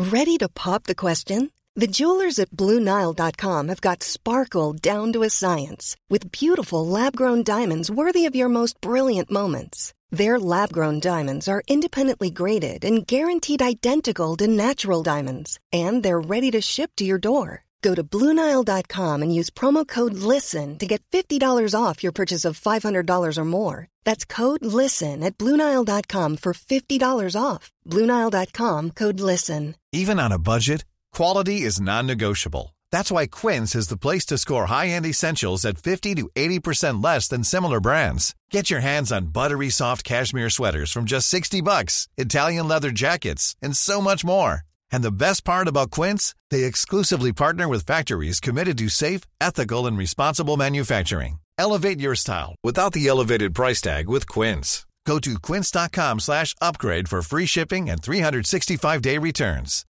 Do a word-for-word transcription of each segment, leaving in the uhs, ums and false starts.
Ready to pop the question? The jewelers at Blue Nile dot com have got sparkle down to a science with beautiful lab-grown diamonds worthy of your most brilliant moments. Their lab-grown diamonds are independently graded and guaranteed identical to natural diamonds, and they're ready to ship to your door. Go to Blue Nile dot com and use promo code LISTEN to get fifty dollars off your purchase of five hundred dollars or more. That's code LISTEN at Blue Nile dot com for fifty dollars off. Blue Nile dot com, code LISTEN. Even on a budget, quality is non-negotiable. That's why Quince is the place to score high-end essentials at fifty to eighty percent less than similar brands. Get your hands on buttery soft cashmere sweaters from just sixty bucks, Italian leather jackets, and so much more. And the best part about Quince, they exclusively partner with factories committed to safe, ethical, and responsible manufacturing. Elevate your style without the elevated price tag with Quince. Go to quince dot com slash upgrade for free shipping and three sixty-five day returns.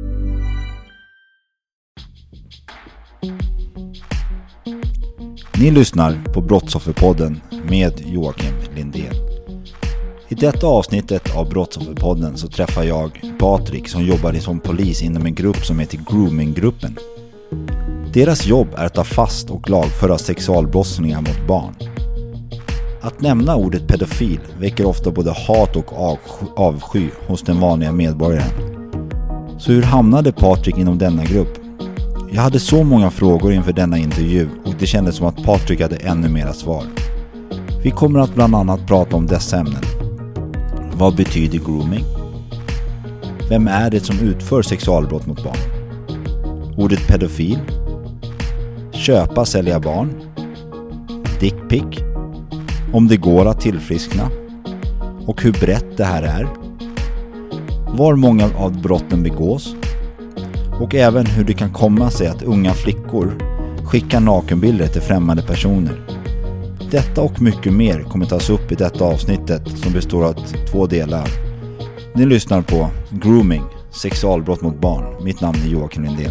Ni lyssnar på Brottsofferpodden med Joakim Lindén. I detta avsnittet av Brottsofferpodden så träffar jag Patrik som jobbar som polis inom en grupp som heter Grooming-gruppen. Deras jobb är att ta fast och lagföra sexualbrottslingar mot barn. Att nämna ordet pedofil väcker ofta både hat och avsky hos den vanliga medborgaren. Så hur hamnade Patrik inom denna grupp? Jag hade så många frågor inför denna intervju och det kändes som att Patrik hade ännu mera svar. Vi kommer att bland annat prata om dessa ämnen. Vad betyder grooming? Vem är det som utför sexualbrott mot barn? Ordet pedofil? Köpa, sälja barn? Dickpic? Om det går att tillfriskna? Och hur brett det här är? Var många av brotten begås? Och även hur det kan komma sig att unga flickor skickar nakenbilder till främmande personer. Detta och mycket mer kommer tas upp i detta avsnittet som består av två delar. Ni lyssnar på Grooming, sexualbrott mot barn. Mitt namn är Joakim Lindén.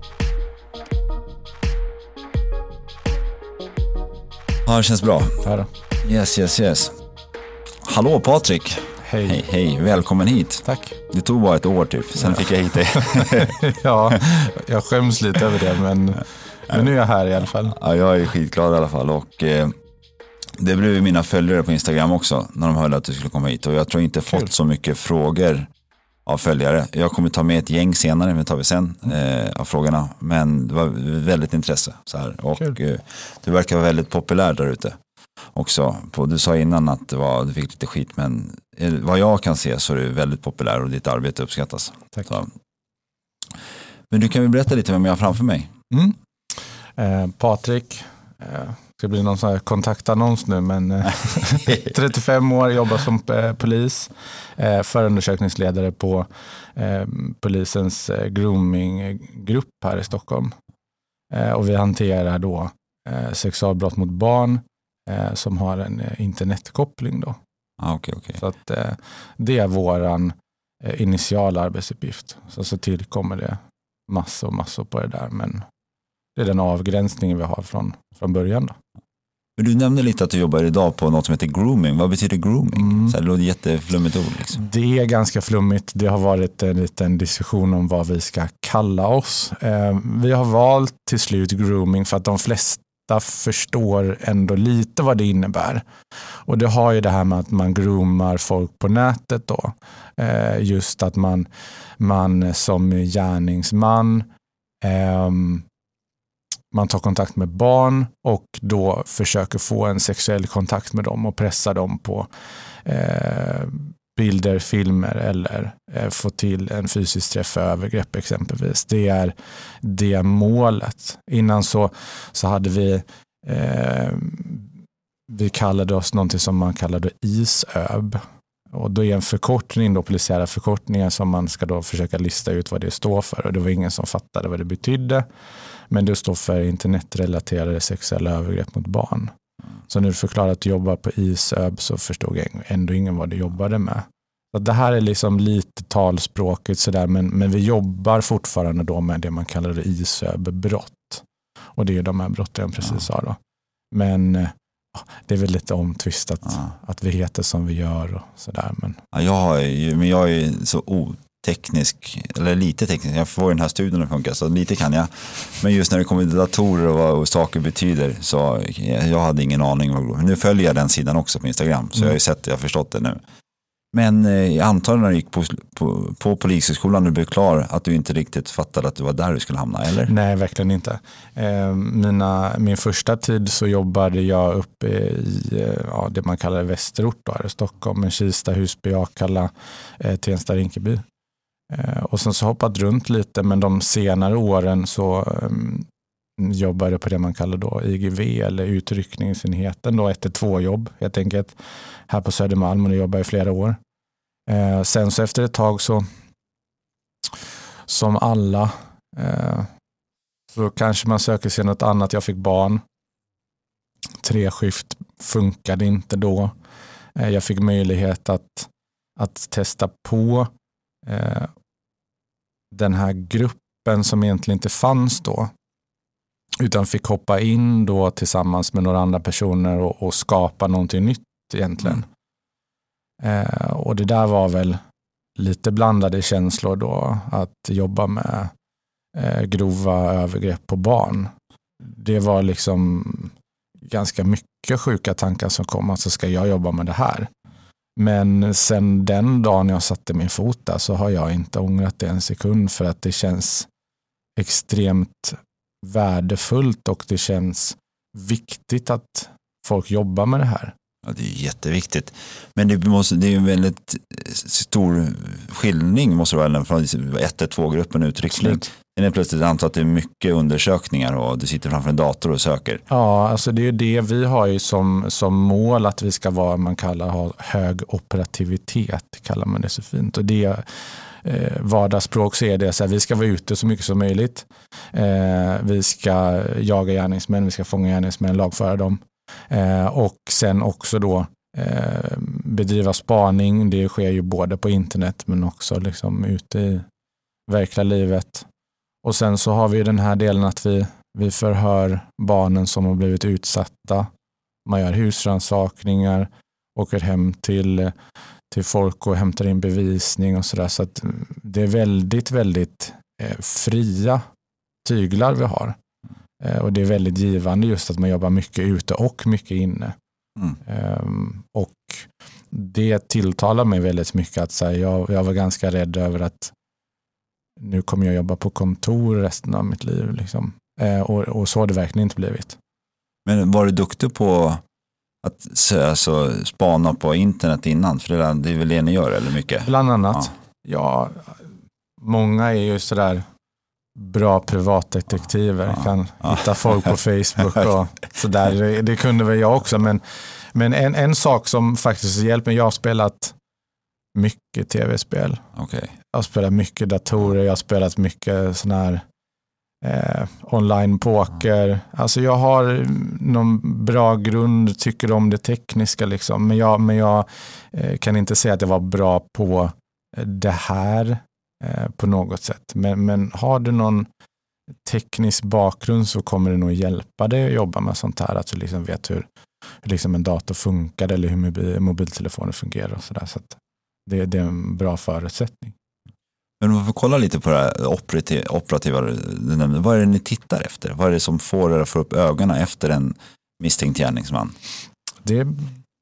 Ja, det känns bra. Här. Yes, yes, yes. Hallå Patrik. Hej. Hej, hej. Välkommen hit. Tack. Det tog bara ett år typ, sen ja. fick jag hit dig. Ja, jag skäms lite över det, men, men nu är jag här i alla fall. Ja, jag är skitglad i alla fall och eh, det blev mina följare på Instagram också när de hörde att du skulle komma hit och jag tror inte Kul. fått så mycket frågor av följare. Jag kommer ta med ett gäng senare, men tar vi sen eh, av frågorna, men det var väldigt intresse så här. Och eh, du verkar vara väldigt populär där ute också. På, du sa innan att det var, du fick lite skit, men eh, vad jag kan se så är du väldigt populär och ditt arbete uppskattas. Tack. Så. Men du kan väl berätta lite vem jag har framför mig? Mm. Eh, Patrik, eh, ska bli någon sån här kontaktannons nu, men eh, trettiofem år, jobbar som eh, polis, eh, förundersökningsledare på eh, polisens eh, groominggrupp här i Stockholm. Eh, och vi hanterar då eh, sexualbrott mot barn eh, som har en eh, internetkoppling då. Ah, okay, okay. Så att eh, det är våran eh, initiala arbetsuppgift. Så, så tillkommer det massor och massor på det där, men det är den avgränsningen vi har från, från början då. Men du nämnde lite att du jobbar idag på något som heter grooming. Vad betyder grooming? Mm. Så det låter jätteflummigt ord liksom. Det är ganska flummigt. Det har varit en liten diskussion om vad vi ska kalla oss. Eh, vi har valt till slut grooming för att de flesta förstår ändå lite vad det innebär. Och det har ju det här med att man groomar folk på nätet då. Eh, just att man, man som gärningsman eh, man tar kontakt med barn och då försöker få en sexuell kontakt med dem och pressa dem på eh, bilder, filmer eller eh, få till en fysisk träff för övergrepp exempelvis. Det är det målet. Innan så, så hade vi eh, vi kallade oss någonting som man kallade isöb. Och då är en förkortning då, polisiära förkortningar som man ska då försöka lista ut vad det står för. Och det var ingen som fattade vad det betydde. Men det står för internetrelaterade sexuella övergrepp mot barn. Så när du förklarar att du jobbar på isöb så förstod jag ändå ingen vad du jobbade med. Så det här är liksom lite talspråket sådär, men, men vi jobbar fortfarande då med det man kallar isöb-brott. Och det är de här brotten jag precis sa då. Men det är väl lite omtvistat ja. att vi heter som vi gör och sådär. Men ja, jag, har ju, men jag är så teknisk, eller lite teknisk, jag får den här studien att funka, så lite kan jag. Men just när det kommer till datorer och vad och saker betyder, så jag hade ingen aning. Men nu följer jag den sidan också på Instagram, så mm. jag har ju sett det, jag har förstått det nu. Men eh, jag antar när du gick på, på, på polishögskolan och du blev klar att du inte riktigt fattade att du var där du skulle hamna, eller? Nej, verkligen inte. Eh, mina, min första tid så jobbade jag uppe i ja, det man kallar Västerort då, här i Stockholm, med Kista, Husby, Akalla, eh, Tensta, Rinkeby. Eh, och sen så hoppat runt lite, men de senare åren så eh, jobbade jag på det man kallar då I G V eller utryckningsenheten, då ett till två jobb helt enkelt, här på Södermalm, och det jobbade i flera år. Eh, sen så efter ett tag så som alla eh, så kanske man söker sig något annat. Jag fick barn. Treskift funkade inte då. Eh, jag fick möjlighet att, att testa på eh, den här gruppen som egentligen inte fanns då, utan fick hoppa in då tillsammans med några andra personer och, och skapa någonting nytt egentligen. Mm. Eh, och det där var väl lite blandade känslor då, att jobba med eh, grova övergrepp på barn. Det var liksom ganska mycket sjuka tankar som kom, att så ska jag jobba med det här. Men sen den dagen jag satte min fot där så har jag inte ångrat det en sekund, för att det känns extremt värdefullt och det känns viktigt att folk jobbar med det här. Ja, det är jätteviktigt. Men det, måste, det är ju en väldigt stor skillning måste det vara från ett till två gruppen utryckning. Det är plötsligt antar att det är mycket undersökningar och du sitter framför en dator och söker. Ja, alltså det är det vi har ju som, som mål, att vi ska vara, man kallar ha hög operativitet, kallar man det så fint. Och det eh, vardagsspråk så är det så här, vi ska vara ute så mycket som möjligt. Eh, vi ska jaga gärningsmän, vi ska fånga gärningsmän, lagföra dem. Eh, och sen också då eh, bedriva spaning. Det sker ju både på internet men också liksom ute i verkliga livet. Och sen så har vi den här delen att vi, vi förhör barnen som har blivit utsatta. Man gör husrannsakningar, åker hem till, till folk och hämtar in bevisning och sådär. Så att det är väldigt, väldigt eh, fria tyglar vi har. Eh, och det är väldigt givande just att man jobbar mycket ute och mycket inne. Mm. Eh, och det tilltalar mig väldigt mycket att säga, jag, jag var ganska rädd över att nu kommer jag jobba på kontor resten av mitt liv. Liksom. Eh, och, och så har det verkligen inte blivit. Men var du duktig på att alltså, spana på internet innan? För det är, det är väl det ni gör, eller mycket? Bland annat. Ja, ja många är ju sådär bra privatdetektiver. Ja, kan ja. hitta folk på Facebook och sådär. Det, det kunde väl jag också. Men, men en, en sak som faktiskt hjälper mig, jag har spelat mycket tv-spel. Okay. Jag har spelat mycket datorer, jag har spelat mycket sån här eh, online poker. Mm. Alltså jag har någon bra grund, tycker om det tekniska liksom. Men jag, men jag eh, kan inte säga att jag var bra på det här eh, på något sätt. Men, men har du någon teknisk bakgrund så kommer det nog hjälpa dig att jobba med sånt här. Att du liksom vet hur, hur liksom en dator funkar eller hur mobil, mobiltelefoner fungerar och sådär. Så att Det, det är en bra förutsättning. Men om vi får kolla lite på det här operativa, operativa, vad är det ni tittar efter? Vad är det som får er att få upp ögonen efter en misstänkt gärningsman? Det är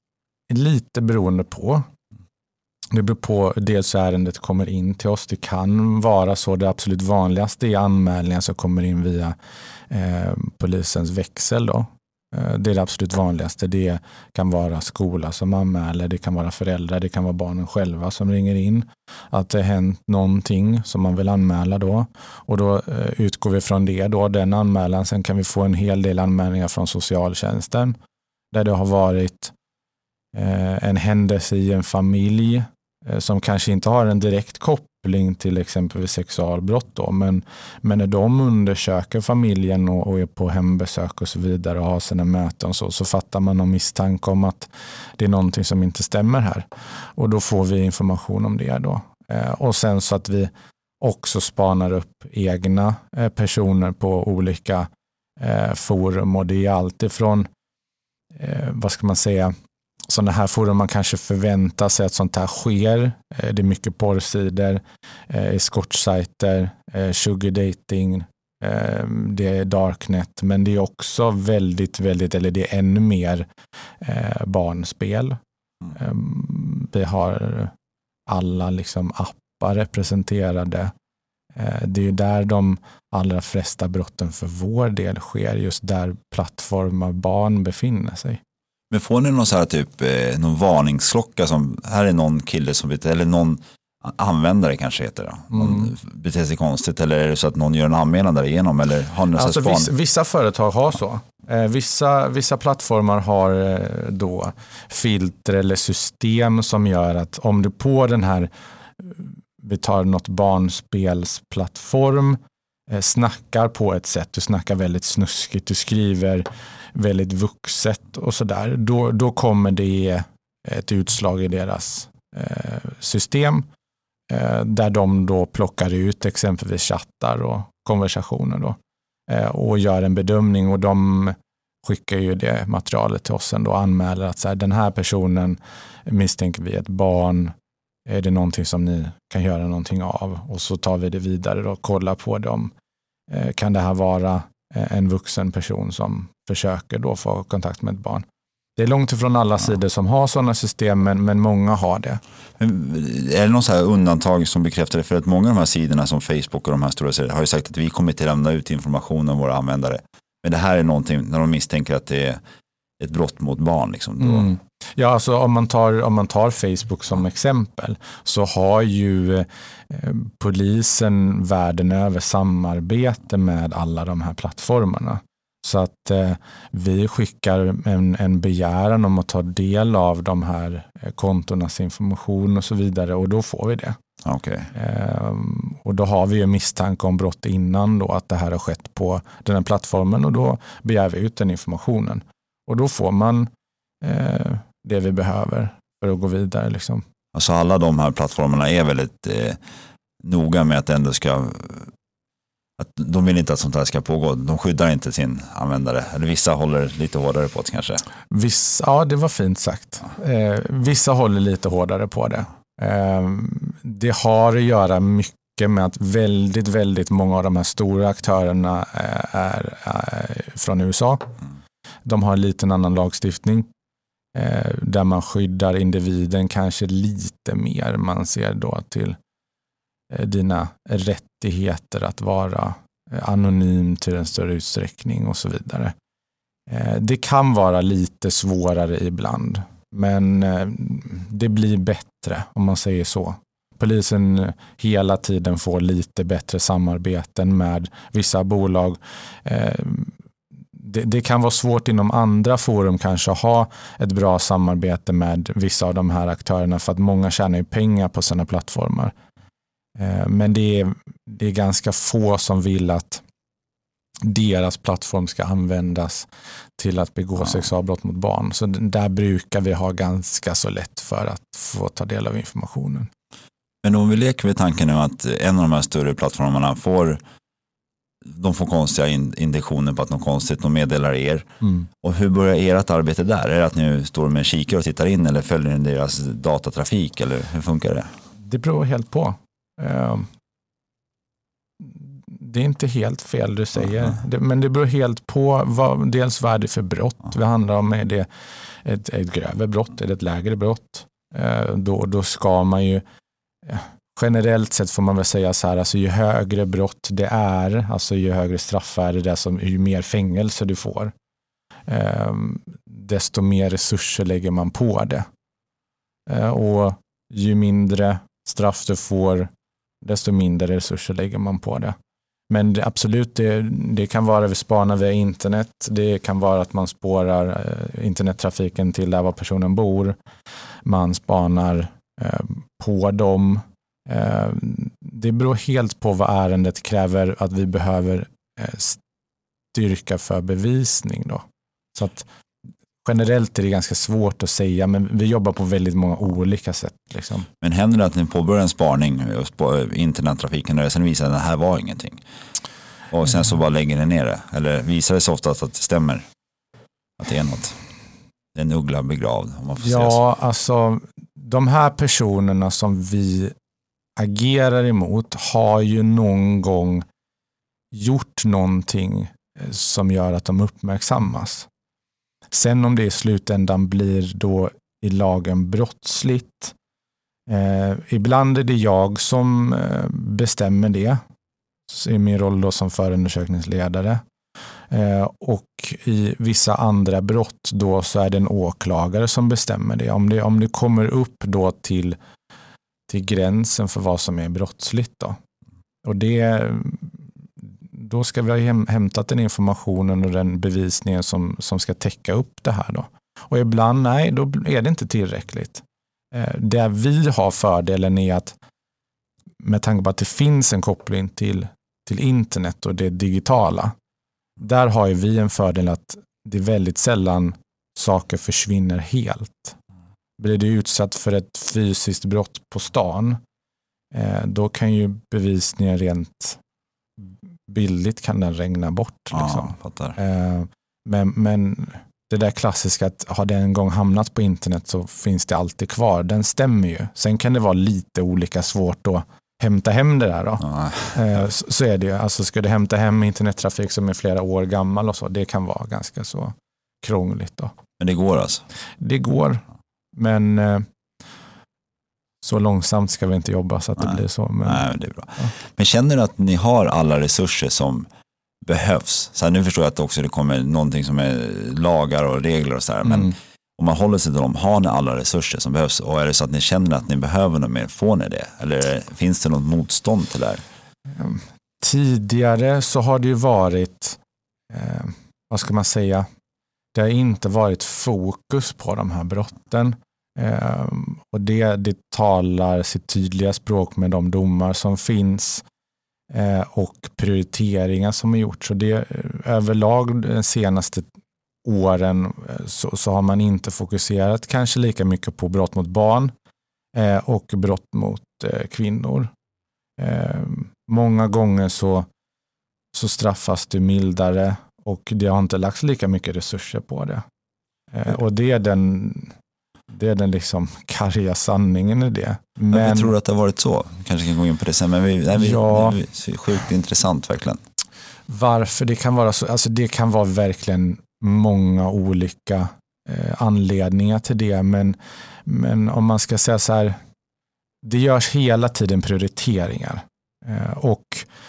lite beroende på. Det beror på dels ärendet kommer in till oss. Det kan vara så, det absolut vanligaste är anmälningar som kommer in via eh, polisens växel då. Det är det absolut vanligaste. Det kan vara skola som anmäler, det kan vara föräldrar, det kan vara barnen själva som ringer in. Att det har hänt någonting som man vill anmäla då. Och då eh, utgår vi från det då, den anmälan. Sen kan vi få en hel del anmälningar från socialtjänsten. Där det har varit eh, en händelse i en familj eh, som kanske inte har en direkt koppling till exempelvis sexualbrott då, men, men när de undersöker familjen och, och är på hembesök och så vidare och har sina möten så, så fattar man någon misstanke om att det är någonting som inte stämmer här. Och då får vi information om det då. Eh, och sen så att vi också spanar upp egna eh, personer på olika eh, forum, och det är alltid från eh, vad ska man säga, sådana här forum man kanske förväntar sig att sånt här sker. Det är mycket porrsidor, eskortsajter, sugar dating, det är darknet, men det är också väldigt, väldigt, eller det är ännu mer barnspel. Mm. Vi har alla liksom appar representerade. Det är ju där de allra flesta brotten för vår del sker, just där plattformar barn befinner sig. Men får ni någon så här typ eh, någon varningsklocka som här är någon kille som beter, eller någon användare kanske heter det. Någon mm. beter sig konstigt, eller är det så att någon gör en anmälan därigenom, eller har ni alltså vissa, vissa företag har så. Eh, vissa, vissa plattformar har eh, då filter eller system som gör att om du på den här, vi tar något barnspelsplattform, eh, snackar på ett sätt, du snackar väldigt snuskigt, du skriver väldigt vuxet och sådär, då, då kommer det ett utslag i deras eh, system eh, där de då plockar ut exempelvis chattar och konversationer då, eh, och gör en bedömning, och de skickar ju det materialet till oss och anmäler att så här, den här personen misstänker vi ett barn, är det någonting som ni kan göra någonting av? Och så tar vi det vidare och kollar på dem. Eh, kan det här vara en vuxen person som försöker då få kontakt med ett barn? Det är långt ifrån alla ja. sidor som har sådana system, men, men många har det. Men är det någon så här undantag som bekräftar det? För att många av de här sidorna som Facebook och de här stora sidorna har ju sagt att vi kommer till att lämna ut information om våra användare. Men det här är någonting när de misstänker att det är ett brott mot barn. Liksom, då. Mm. Ja, alltså om man, tar, om man tar Facebook som exempel, så har ju eh, polisen världen över samarbete med alla de här plattformarna. Så att eh, vi skickar en, en begäran om att ta del av de här eh, kontornas information och så vidare, och då får vi det. Okay. Eh, och då har vi ju misstanke om brott innan då, att det här har skett på den här plattformen, och då begär vi ut den informationen. Och då får man eh, det vi behöver för att gå vidare. Liksom. Alltså alla de här plattformarna är väldigt eh, noga med att ändå ska, att de vill inte att sånt här ska pågå. De skyddar inte sin användare. Eller vissa håller lite hårdare på det kanske. Vissa, ja, det var fint sagt. Eh, vissa håller lite hårdare på det. Eh, det har att göra mycket med att väldigt, väldigt många av de här stora aktörerna är, är, är från U S A. Mm. De har en liten annan lagstiftning eh, där man skyddar individen kanske lite mer. Man ser då till eh, dina rättigheter att vara eh, anonym till en större utsträckning och så vidare. Eh, det kan vara lite svårare ibland, men eh, det blir bättre om man säger så. Polisen hela tiden får lite bättre samarbeten med vissa bolag. Eh, Det, det kan vara svårt inom andra forum kanske att ha ett bra samarbete med vissa av de här aktörerna, för att många tjänar ju pengar på sina plattformar. Eh, men det är, det är ganska få som vill att deras plattform ska användas till att begå ja. sexualbrott mot barn. Så där brukar vi ha ganska så lätt för att få ta del av informationen. Men om vi leker med tanken nu att en av de här större plattformarna får de får konstiga indikationer på att något konstigt, de meddelar er. Mm. Och hur börjar ert arbete där? Är det att ni står med en kikare och tittar in, eller följer ni deras datatrafik, eller hur funkar det? Det beror helt på. Det är inte helt fel du säger, uh-huh. men det beror helt på vad, dels vad är det för brott uh-huh. det handlar om. Är det ett, ett grövre brott, är det ett lägre brott? Då, då ska man ju... Generellt sett får man väl säga så här, alltså ju högre brott det är, alltså ju högre straff är det, det som, ju mer fängelse du får, eh, desto mer resurser lägger man på det. Eh, och ju mindre straff du får, desto mindre resurser lägger man på det. Men det, absolut, det, det kan vara att vi spanar via internet, det kan vara att man spårar eh, internettrafiken till där var personen bor, man spanar eh, på dem. Det beror helt på vad ärendet kräver att vi behöver styrka för bevisning då. Så att generellt är det ganska svårt att säga, men vi jobbar på väldigt många olika sätt. Liksom. Men händer det att ni påbörjar en spaning på internettrafiken och sen visar att det här var ingenting? Och sen så bara lägger ni ner det? Eller visar det så ofta att det stämmer? Att det är något? en uggla begravd, om man får ja, säga så. alltså de här personerna som vi agerar emot har ju någon gång gjort någonting som gör att de uppmärksammas. Sen om det i slutändan blir då i lagen brottsligt, eh, ibland är det jag som eh, bestämmer det i min roll då som förundersökningsledare. Eh, och i vissa andra brott då så är det en åklagare som bestämmer det. Om det, om det kommer upp då till, till gränsen för vad som är brottsligt då. Och det, då ska vi ha häm, hämtat den informationen och den bevisningen som, som ska täcka upp det här då. Och ibland, nej, då är det inte tillräckligt. Eh, det vi har fördelen är att med tanke på att det finns en koppling till, till internet och det digitala, där har ju vi en fördel att det är väldigt sällan saker försvinner helt. Blir det utsatt för ett fysiskt brott på stan, eh, då kan ju bevisningen rent billigt kan den regna bort. Liksom. Ja, eh, men, men det där klassiska att har det en gång hamnat på internet så finns det alltid kvar. Den stämmer ju. Sen kan det vara lite olika svårt att hämta hem det där då. Ja. Eh, så, så är det ju. Alltså ska du hämta hem internettrafik som är flera år gammal och så, det kan vara ganska så krångligt då. Men det går alltså? Det går. Men eh, så långsamt ska vi inte jobba så att Nej. det blir så. Men, Nej, det är bra. Ja. Men känner du att ni har alla resurser som behövs? Så här, nu förstår jag att också det kommer någonting som är lagar och regler och så här, men Mm. om man håller sig till dem, har ni alla resurser som behövs? Och är det så att ni känner att ni behöver något mer, får ni det? Eller finns det något motstånd till det här? Tidigare så har det ju varit, eh, vad ska man säga, det har inte varit fokus på de här brotten. Eh, och det, det talar sitt tydliga språk med de domar som finns eh, och prioriteringar som är gjort. Så det överlag de senaste åren så, så har man inte fokuserat kanske lika mycket på brott mot barn eh, och brott mot eh, kvinnor. Eh, många gånger så, så straffas det mildare och det har inte lagts lika mycket resurser på det. Eh, och det är den, det är den liksom karga sanningen i det. Men, men jag tror att det har varit så. Kanske kan gå in på det sen, men vi, nej, vi, ja, det är sjukt intressant verkligen. Varför det kan vara så, alltså det kan vara verkligen många olika eh, anledningar till det, men, men om man ska säga så här, det görs hela tiden prioriteringar eh, och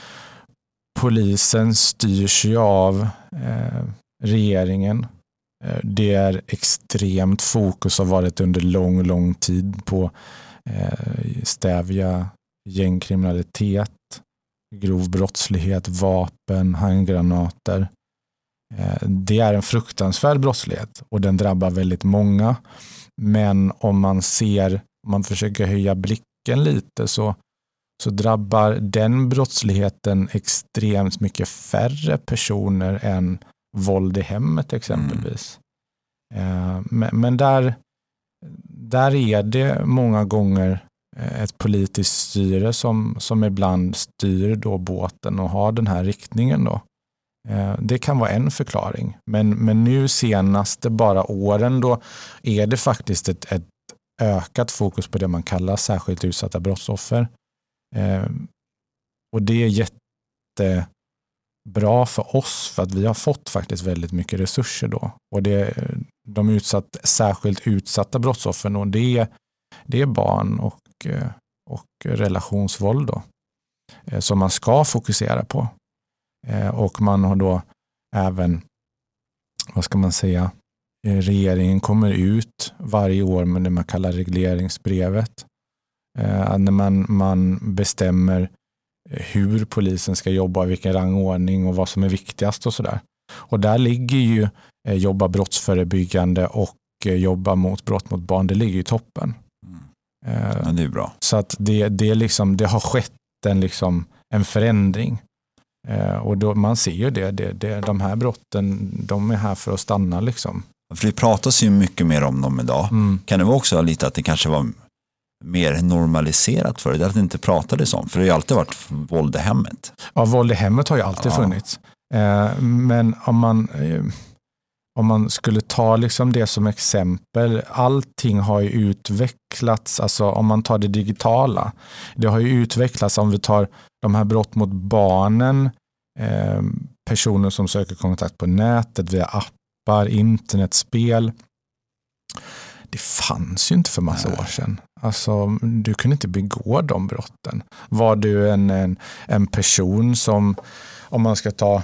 polisen styrs ju av eh, regeringen. Eh, det är extremt fokus har varit under lång, lång tid på eh, stävja gängkriminalitet, grov brottslighet, vapen, handgranater. Det är en fruktansvärd brottslighet och den drabbar väldigt många. Men om man ser, om man försöker höja blicken lite så, så drabbar den brottsligheten extremt mycket färre personer än våld i hemmet exempelvis. Mm. Men, men där, där är det många gånger ett politiskt styre som, som ibland styr då båten och har den här riktningen då. Det kan vara en förklaring. Men, men nu senaste bara åren då är det faktiskt ett, ett ökat fokus på det man kallar särskilt utsatta brottsoffer. Eh, och det är jättebra för oss för att vi har fått faktiskt väldigt mycket resurser då. Och det, de utsatt, särskilt utsatta brottsoffern då, det, det är barn och, och relationsvåld då. Eh, som man ska fokusera på. Och man har då även, vad ska man säga, regeringen kommer ut varje år med det man kallar regleringsbrevet. Eh, när man, man bestämmer hur polisen ska jobba, vilken rangordning och vad som är viktigast och sådär. Och där ligger ju eh, jobba brottsförebyggande och eh, jobba mot brott mot barn, det ligger i toppen. Eh, ja, det är bra. Så att det, det, liksom, det har skett en, liksom, en förändring. Eh, och då, man ser ju det, det, det, de här brotten, de är här för att stanna liksom. För det pratas ju mycket mer om dem idag. Mm. Kan det vara också lite att det kanske var mer normaliserat för det, att det inte pratades om? För det har ju alltid varit våld i hemmet. Ja, våld i hemmet har ju alltid ja. funnits. Eh, men om man, eh, om man skulle ta liksom det som exempel, allting har ju utvecklats, alltså om man tar det digitala, det har ju utvecklats, om vi tar de här brott mot barnen, eh, personer som söker kontakt på nätet via appar, internetspel. Det fanns ju inte för massa Nej. år sedan. Alltså, du kunde inte begå de brotten. Var du en, en, en person som, om man ska ta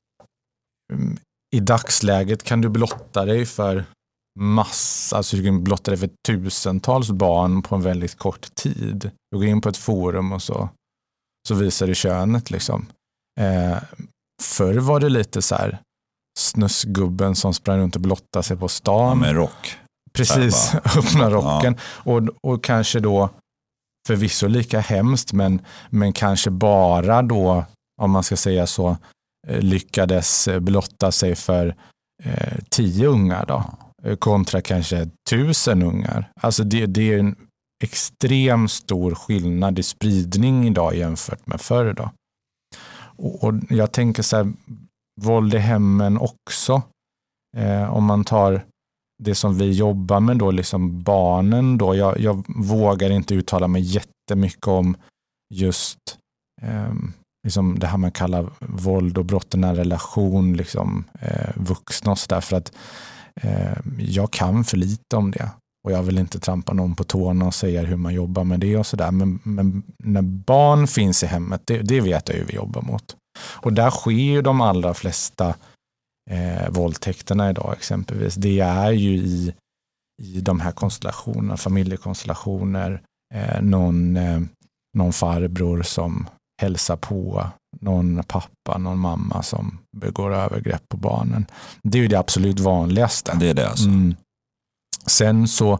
i dagsläget, kan du blotta dig för massa, alltså du kan blotta dig för tusentals barn på en väldigt kort tid. Du går in på ett forum och så, så visar du könet liksom. Eh, förr var det lite så här snusgubben som sprang runt och blottade sig på stan. Ja, med rock. Precis, öppna rocken. Ja. Och, och kanske då förvisso lika hemskt, men, men kanske bara då, om man ska säga så, lyckades blotta sig för eh, tio ungar då, kontra kanske tusen ungar. Alltså det, det är en extrem stor skillnad i spridning idag jämfört med förr då. Och, och jag tänker så här, våld i hemmen också. Eh, om man tar det som vi jobbar med då, liksom barnen då. Jag, jag vågar inte uttala mig jättemycket om just eh, liksom det här man kallar våld och brott i en relation, liksom eh, vuxna och så där, för att eh, jag kan för lite om det. Och jag vill inte trampa någon på tårna och säga hur man jobbar med det och sådär. Men, men när barn finns i hemmet, det, det vet jag ju vi jobbar mot. Och där sker ju de allra flesta eh, våldtäkterna idag exempelvis. Det är ju i, i de här konstellationerna, familjekonstellationer, eh, någon, eh, någon farbror som hälsar på, någon pappa, någon mamma som begår övergrepp på barnen. Det är ju det absolut vanligaste. Det är det alltså. Mm. Sen så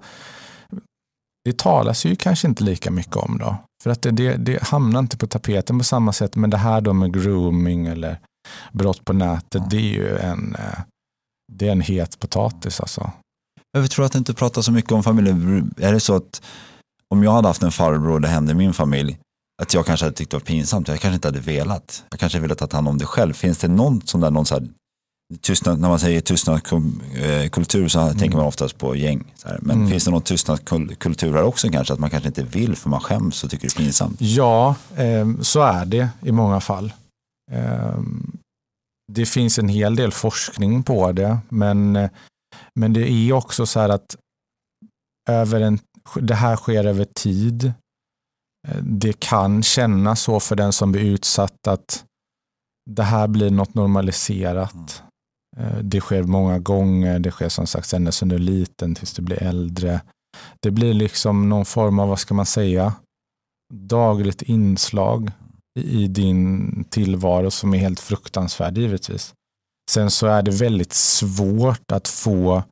det talas ju kanske inte lika mycket om då. För att det, det, det hamnar inte på tapeten på samma sätt. Men det här då med grooming eller brott på nätet, mm. det är ju en, det är en het potatis alltså. Jag tror att det inte pratar så mycket om familjen. Är det så att om jag hade haft en farbror och det hände i min familj, att jag kanske hade tyckt det var pinsamt, jag kanske inte hade velat. Jag kanske ville ta hand om det själv. Finns det någon sån där, någon så här tystnad, när man säger tystnadskultur så mm. tänker man oftast på gäng. Så här. Men mm. finns det någon tystnadskultur här också kanske, att man kanske inte vill för man skäms och tycker det är pinsamt? Ja, eh, så är det i många fall. Eh, det finns en hel del forskning på det, men, men det är också så här att över en, det här sker över tid. Det kan kännas så för den som blir utsatt att det här blir något normaliserat. Mm. Det sker många gånger, det sker som sagt ända sedan du är liten tills du blir äldre. Det blir liksom någon form av, vad ska man säga, dagligt inslag i din tillvaro som är helt fruktansvärd givetvis. Sen så är det väldigt svårt att få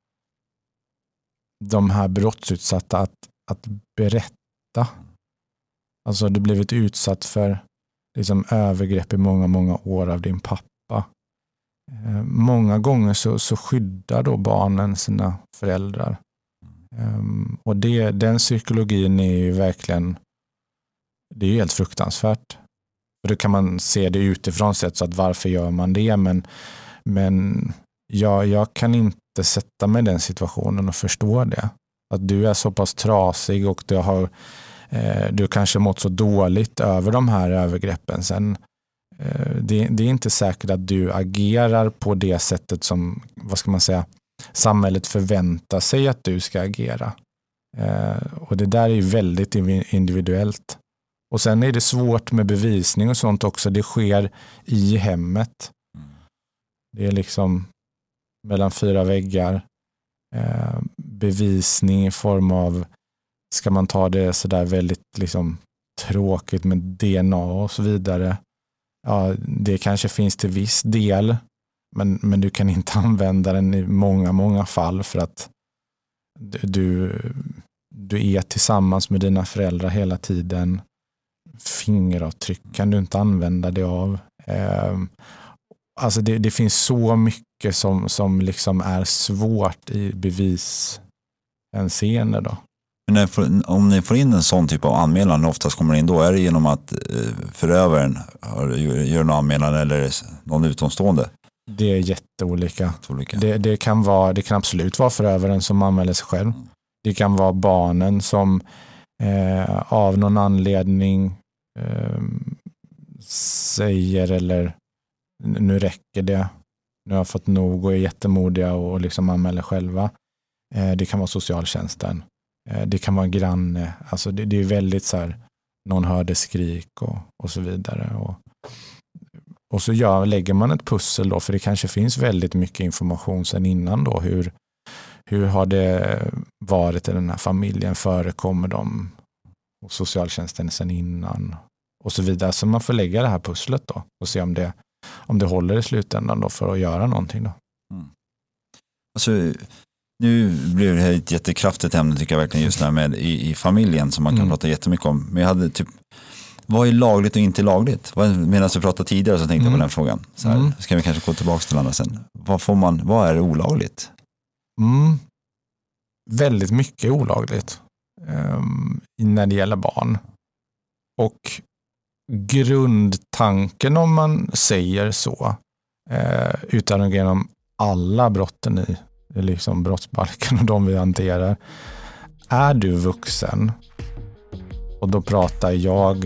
de här brottsutsatta att, att berätta. Alltså du blivit utsatt för liksom övergrepp i många, många år av din pappa. Eh, många gånger så, så skyddar då barnen sina föräldrar. Eh, och det, den psykologin är ju verkligen, det är ju helt fruktansvärt. Och då kan man se det utifrån sett, så att varför gör man det? Men, men jag, jag kan inte sätta mig i den situationen och förstå det. Att du är så pass trasig och du har du kanske mått så dåligt över de här övergreppen. Sen, det, det är inte säkert att du agerar på det sättet som, vad ska man säga, samhället förväntar sig att du ska agera. Och det där är ju väldigt individuellt. Och sen är det svårt med bevisning och sånt också. Det sker i hemmet. Det är liksom mellan fyra väggar. Bevisning i form av, ska man ta det så där väldigt liksom tråkigt med D N A och så vidare. Ja, det kanske finns till viss del, men, men du kan inte använda den i många, många fall för att du, du är tillsammans med dina föräldrar hela tiden. Fingeravtryck kan du inte använda det av. Eh, alltså det, det finns så mycket som, som liksom är svårt i bevishänseende då. Men om ni får in en sån typ av anmälan, oftast kommer in då, är det genom att förövaren gör någon anmälan eller någon utomstående? Det är jätteolika. jätteolika. Det, det, kan vara, det kan absolut vara förövaren som anmäler sig själv. Mm. Det kan vara barnen som eh, av någon anledning eh, säger eller nu räcker det. Nu har jag fått nog och är jättemodiga och liksom anmäler själva. Eh, det kan vara socialtjänsten. Eh, det kan vara granne. Alltså det, det är väldigt så här, någon hörde skrik och, och så vidare. Och, och så gör, lägger man ett pussel då, för det kanske finns väldigt mycket information sedan innan då. Hur, hur har det varit i den här familjen? Förekommer de och socialtjänsten sedan innan? Och så vidare. Så man får lägga det här pusslet då och se om det, om det håller i slutändan då för att göra någonting då. Mm. Alltså, nu blir det här ett jättekraftigt ämne tycker jag verkligen just när med i, i familjen som man kan mm. prata jättemycket om. Men jag hade typ, vad är lagligt och inte lagligt? Medan vi pratade tidigare så tänkte mm. jag på den frågan. Så här, mm. ska vi kanske gå tillbaka till andra sen. Vad får man, vad är olagligt? Mm. Väldigt mycket olagligt um, när det gäller barn. Och grundtanken om man säger så eh, utan att gå igenom alla brotten i, i liksom brottsbalken och de vi hanterar. Är du vuxen och då pratar jag.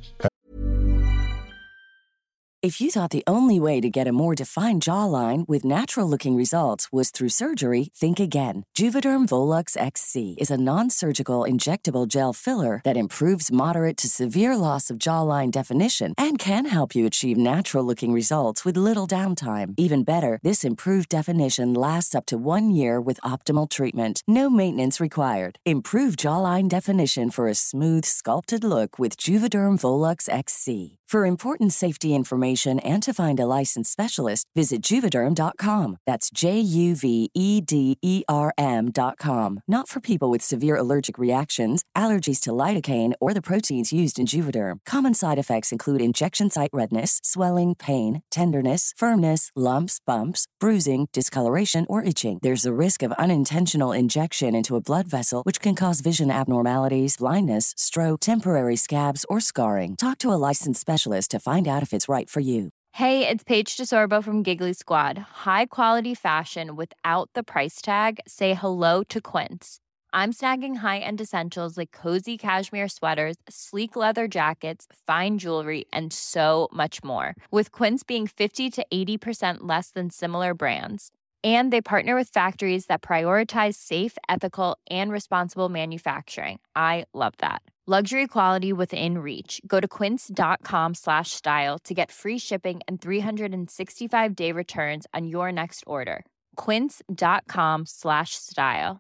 If you thought the only way to get a more defined jawline with natural-looking results was through surgery, think again. Juvederm Volux X C is a non-surgical injectable gel filler that improves moderate to severe loss of jawline definition and can help you achieve natural-looking results with little downtime. Even better, this improved definition lasts up to one year with optimal treatment. No maintenance required. Improve jawline definition for a smooth, sculpted look with Juvederm Volux X C. For important safety information and to find a licensed specialist, visit Juvederm dot com. That's J U V E D E R M dot com. Not for people with severe allergic reactions, allergies to lidocaine, or the proteins used in Juvederm. Common side effects include injection site redness, swelling, pain, tenderness, firmness, lumps, bumps, bruising, discoloration, or itching. There's a risk of unintentional injection into a blood vessel, which can cause vision abnormalities, blindness, stroke, temporary scabs, or scarring. Talk to a licensed specialist to find out if it's right for you. Hey, it's Paige DeSorbo from Giggly Squad. High quality fashion without the price tag. Say hello to Quince. I'm snagging high-end essentials like cozy cashmere sweaters, sleek leather jackets, fine jewelry, and so much more. With Quince being fifty to eighty percent less than similar brands. And they partner with factories that prioritize safe, ethical, and responsible manufacturing. I love that. Luxury quality within reach. Go to quince dot com slash style to get free shipping and three sixty-five day returns on your next order. quince dot com slash style.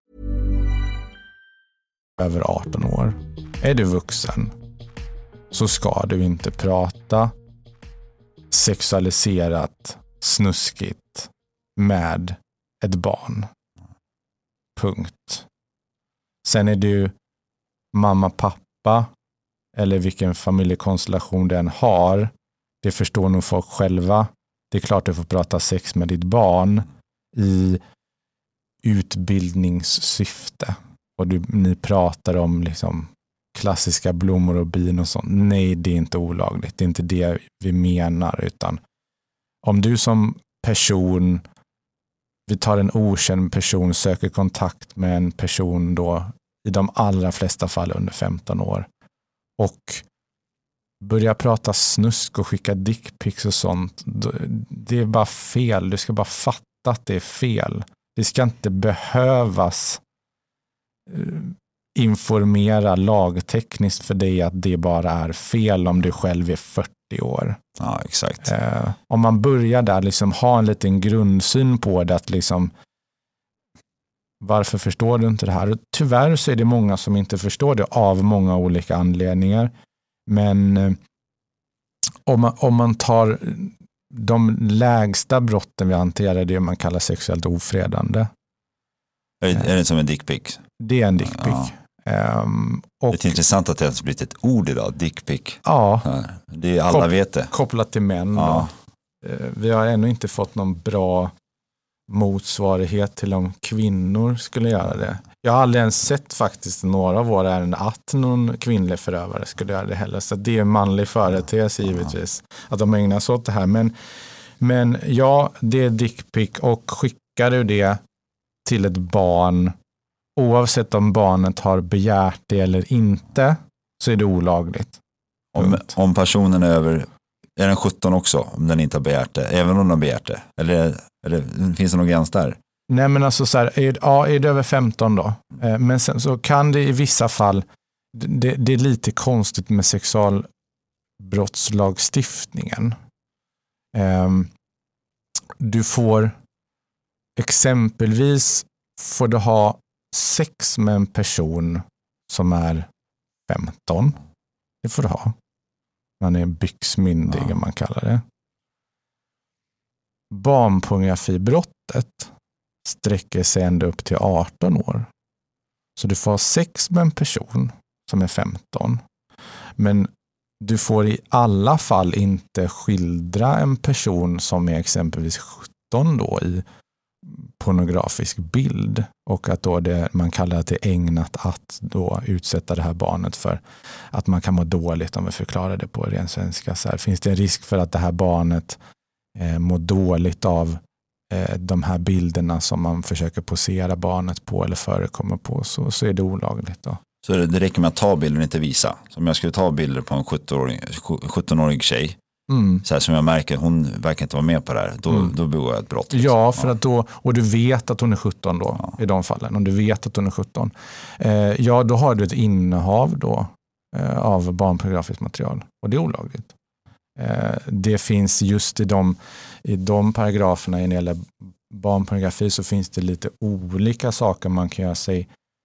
Över arton år. Är du vuxen så ska du inte prata sexualiserat, snuskigt med ett barn. Punkt. Sen är du mamma, pappa eller vilken familjekonstellation den har. Det förstår nog folk själva. Det är klart du får prata sex med ditt barn i utbildningssyfte. Och du, ni pratar om liksom klassiska blommor och bin och sånt. Nej, det är inte olagligt. Det är inte det vi menar. Utan om du som person, vi tar en okänd person, söker kontakt med en person då i de allra flesta fall under femton år och börjar prata snusk och skicka dickpics och sånt, det är bara fel. Du ska bara fatta att det är fel. Det ska inte behövas informera lagtekniskt för dig att det bara är fel om du själv är fyrtio år. Ja, exakt. Eh, om man börjar där liksom ha en liten grundsyn på det, att liksom varför förstår du inte det här? Och tyvärr så är det många som inte förstår det av många olika anledningar. Men eh, om, man, om man tar de lägsta brotten vi hanterar, det man kallar sexuellt ofredande. Är det, är det som en dickpic? Det är en dickpic. Ja. Um, och, det är intressant att det har blivit ett ord idag, dickpic. Ja. Det är, alla Kop- vet det. Kopplat till män. Ja. Uh, vi har ännu inte fått någon bra motsvarighet till om kvinnor skulle göra det. Jag har aldrig ens sett faktiskt några av våra ärenden att någon kvinnlig förövare skulle göra det heller. Så det är en manlig företeelse givetvis. Att de ägnar sig åt det här. Men, Men ja, det är dickpic, och skickar du det till ett barn, oavsett om barnet har begärt det eller inte, så är det olagligt. Om, om personen är över, är den sjutton också, om den inte har begärt det, även om den har begärt det? Eller, eller finns det någon gräns där? Nej, men alltså så här, är, ja, är det över femton då? Eh, men sen så kan det i vissa fall, det, det är lite konstigt med sexualbrottslagstiftningen. Eh, du får exempelvis får du ha sex med en person som är femton. Det får du ha. Man är byxmyndig, ja. Man kallar det. Barnpornografibrottet sträcker sig ända upp till arton år. Så du får ha sex med en person som är femton. Men du får i alla fall inte skildra en person som är exempelvis sjutton då i pornografisk bild, och att då det, man kallar det ägnat att då utsätta det här barnet för att man kan må dåligt, om vi förklarar det på ren svenska. Så här, finns det en risk för att det här barnet eh, mår dåligt av eh, de här bilderna som man försöker posera barnet på eller förekommer på, så, så är det olagligt då. Så det, det räcker med att ta bilder och inte visa. Som jag skulle ta bilder på en sjutton-årig tjej. Mm. Så här, som jag märker, hon verkar inte vara med på det här. Då, mm. då begår jag ett brott. Liksom. Ja, för att då, och du vet att hon är sjutton då, ja. I de fallen. Om du vet att hon är sjutton. Eh, ja, då har du ett innehav då eh, av barnpornografiskt material. Och det är olagligt. Eh, det finns just i de, i de paragraferna när det gäller barnpornografi, så finns det lite olika saker man kan göra sig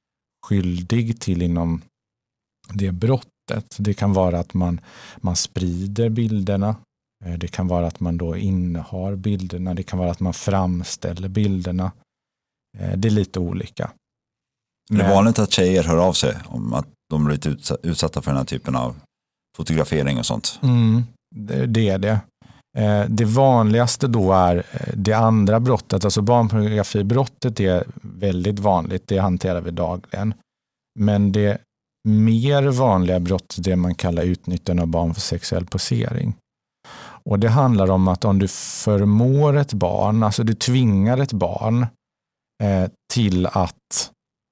skyldig till inom det brottet. Det kan vara att man, man sprider bilderna. Det kan vara att man då innehar bilderna. Det kan vara att man framställer bilderna. Det är lite olika. Men det är vanligt att tjejer hör av sig om att de blir utsatta för den här typen av fotografering och sånt. Mm, det, det är det. Det vanligaste då är det andra brottet. Alltså barnpornografibrottet är väldigt vanligt. Det hanterar vi dagligen. Men det mer vanliga brott, det man kallar utnyttjande av barn för sexuell posering. Och det handlar om att om du förmår ett barn, alltså du tvingar ett barn eh, till att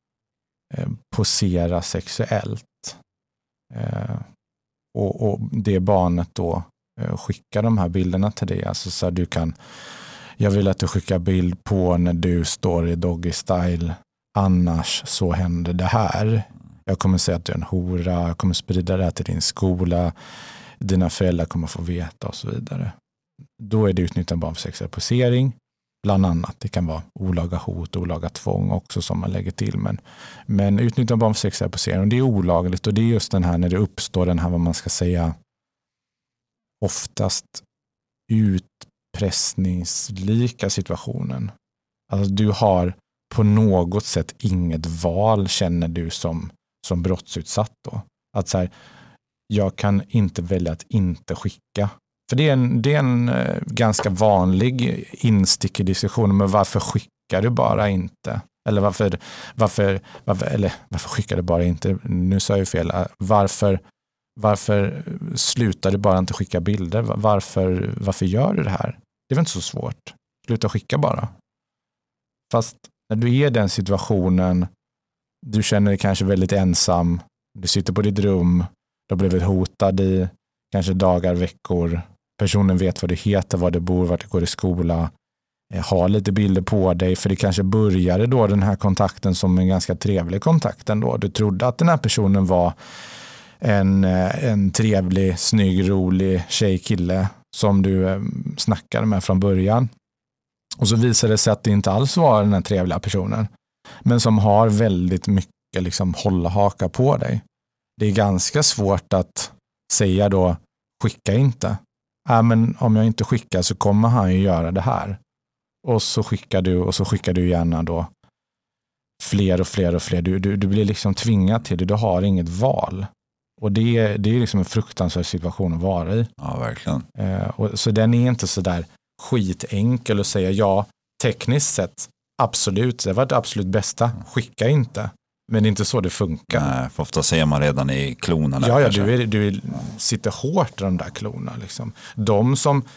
eh, posera sexuellt. Eh, och, och det barnet då eh, skickar de här bilderna till dig. Alltså så du kan, jag vill att du skickar bild på när du står i doggy style, annars så händer det här. Jag kommer säga att du är en hora, jag kommer sprida det här till din skola, dina föräldrar kommer få veta och så vidare. Då är det utnyttjande av barn för sexuell posering, bland annat. Det kan vara olaga hot, olaga tvång också som man lägger till. Men, men utnyttjande av barn för sexuell posering, det är olagligt, och det är just den här när det uppstår den här, vad man ska säga, oftast utpressningslika situationen. Alltså du har på något sätt inget val, känner du som som brottsutsatt då. Att så här, jag kan inte välja att inte skicka. För det är en, det är en eh, ganska vanlig instick i diskussionen, men varför skickar du bara inte? Eller varför, varför, varför, eller varför skickar du bara inte? Nu sa jag ju fel. Varför, varför slutar du bara inte skicka bilder? Varför, varför gör du det här? Det är väl inte så svårt. Sluta skicka bara. Fast när du är i den situationen, du känner dig kanske väldigt ensam. Du sitter på ditt rum. Du har blivit hotad i kanske dagar, veckor. Personen vet vad du heter, var du bor, vart du går i skola. Har lite bilder på dig. För det kanske började då den här kontakten som en ganska trevlig kontakt ändå. Du trodde att den här personen var en, en trevlig, snygg, rolig tjej-kille som du snackade med från början. Och så visade det sig att det inte alls var den här trevliga personen. Men som har väldigt mycket liksom hålla haka på dig. Det är ganska svårt att säga då, skicka inte. Äh, men om jag inte skickar så kommer han ju göra det här. Och så skickar du och så skickar du gärna då fler och fler och fler. Du, du, du blir liksom tvingad till det. Du har inget val. Och det är, det är liksom en fruktansvärd situation att vara i. Ja, verkligen. Eh, och, så den är inte så där skitenkel att säga ja, tekniskt sett. Absolut, det var det absolut bästa. Skicka inte. Men det är inte så det funkar. Nej, för ofta ser man redan i klorna. Ja, ja, du, är, du är, sitter hårt i de där klorna. Liksom. De som,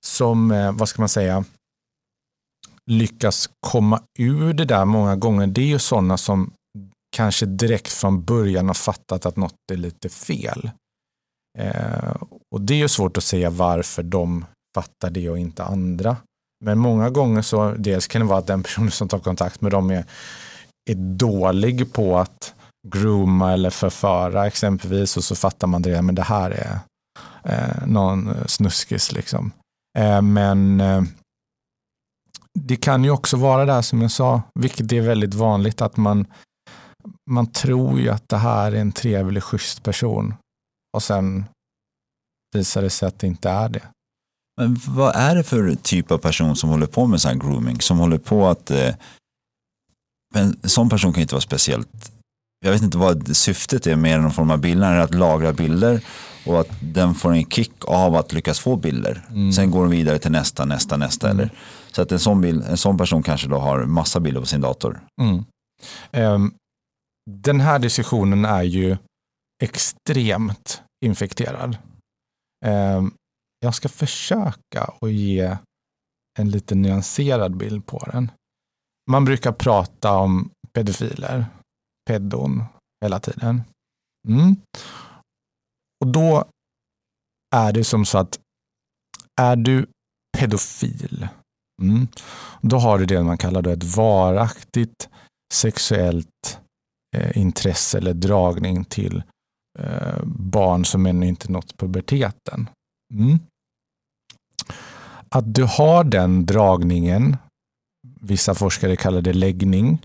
som eh, vad ska man säga, lyckas komma ur det där många gånger, det är ju sådana som kanske direkt från början har fattat att något är lite fel. Eh, och det är ju svårt att säga varför de fattar det och inte andra. Men många gånger så dels kan det vara att den personen som tar kontakt med dem är, är dålig på att grooma eller förföra exempelvis, och så fattar man det, men det här är eh, någon snuskis liksom. Eh, men eh, det kan ju också vara där som jag sa, vilket är väldigt vanligt, att man man tror ju att det här är en trevlig, schysst person, och sen visar det sig att det inte är det. Men vad är det för typ av person som håller på med sån här grooming? Som håller på att... Eh, en sån person kan inte vara speciellt... Jag vet inte vad syftet är med någon form av bilder, är att lagra bilder och att den får en kick av att lyckas få bilder. Mm. Sen går de vidare till nästa, nästa, nästa. Mm. Eller, så att en sån, bild, en sån person kanske då har massa bilder på sin dator. Mm. Um, den här diskussionen är ju extremt infekterad. Um, jag ska försöka att ge en lite nyanserad bild på den. Man brukar prata om pedofiler, pedon hela tiden. Mm. Och då är det som så att är du pedofil, mm, då har du det man kallar då ett varaktigt sexuellt eh, intresse eller dragning till eh, barn som ännu inte nått puberteten. Mm. Att du har den dragningen, vissa forskare kallar det läggning,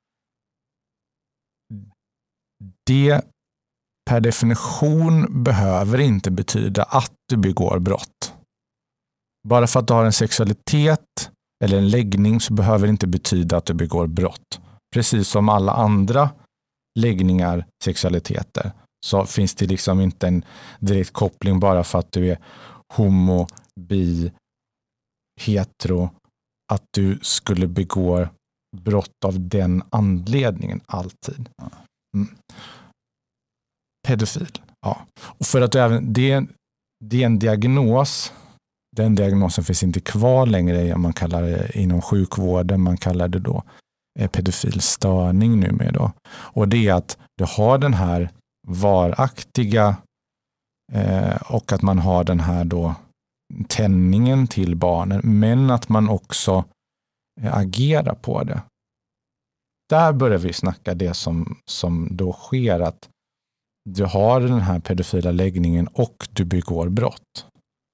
det per definition behöver inte betyda att du begår brott. Bara för att du har en sexualitet eller en läggning så behöver det inte betyda att du begår brott. Precis som alla andra läggningar, sexualiteter, så finns det liksom inte en direkt koppling bara för att du är homo, bi, hetero, att du skulle begå brott av den anledningen alltid. Mm. Pedofil, ja. Och för att du även, det, det är en diagnos, den diagnosen finns inte kvar längre, man kallar det inom sjukvården, man kallar det då pedofilstörning numera då. Och det är att du har den här varaktiga eh, och att man har den här då tändningen till barnen, men att man också eh, agerar på det. Där börjar vi snacka det som, som då sker, att du har den här pedofila läggningen och du begår brott.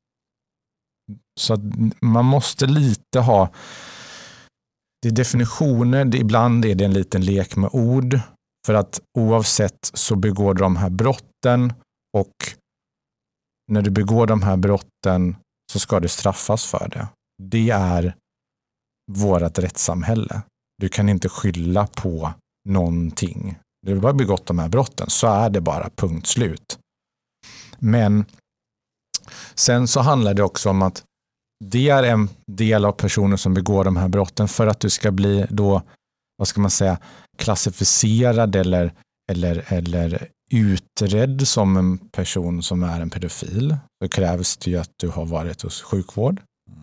Så att man måste lite ha det är definitioner, det, ibland är det en liten lek med ord, för att oavsett så begår du de här brotten, och när du begår de här brotten så ska du straffas för det. Det är vårt rättssamhälle. Du kan inte skylla på någonting. Du har bara begått de här brotten, så är det bara punkt slut. Men sen så handlar det också om att det är en del av personer som begår de här brotten för att du ska bli då, vad ska man säga, klassificerad eller, eller, eller utredd som en person som är en pedofil. Så krävs det ju att du har varit hos sjukvård.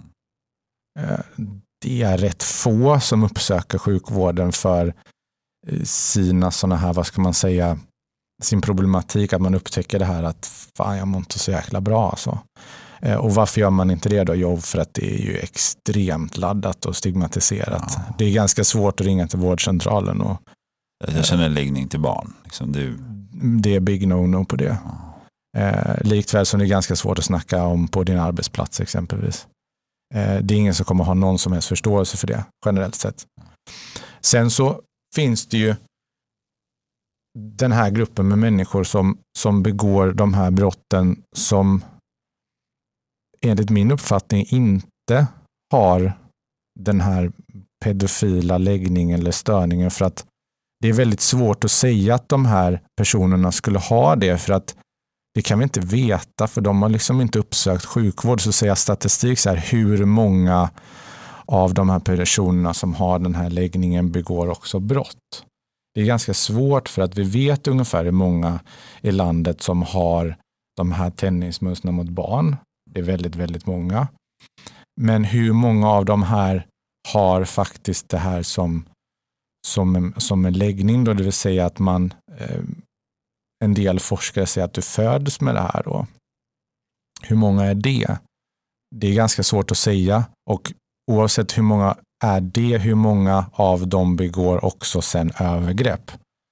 Det är rätt få som uppsöker sjukvården för sina sådana här, vad ska man säga, sin problematik, att man upptäcker det här att fan, jag mår inte så jäkla bra alltså. Och varför gör man inte det då? Jo, för att det är ju extremt laddat och stigmatiserat. Ja. Det är ganska svårt att ringa till vårdcentralen. Och, jag känner läggning till barn. Liksom du... Det är big no-no på det. Ja. Eh, likväl som det är ganska svårt att snacka om på din arbetsplats exempelvis. Eh, det är ingen som kommer ha någon som helst förståelse för det, generellt sett. Sen så finns det ju den här gruppen med människor som, som begår de här brotten som enligt min uppfattning inte har den här pedofila läggningen eller störningen, för att det är väldigt svårt att säga att de här personerna skulle ha det, för att det kan vi inte veta, för de har liksom inte uppsökt sjukvård. Så säger statistik så här, hur många av de här personerna som har den här läggningen begår också brott. Det är ganska svårt, för att vi vet ungefär hur många i landet som har de här tändningsmönstren mot barn. Det är väldigt, väldigt många. Men hur många av de här har faktiskt det här som, som, en, som en läggning då, det vill säga att man, eh, en del forskare säger att du föds med det här då. Hur många är det? Det är ganska svårt att säga, och oavsett hur många är det, hur många av dem begår också sen övergrepp.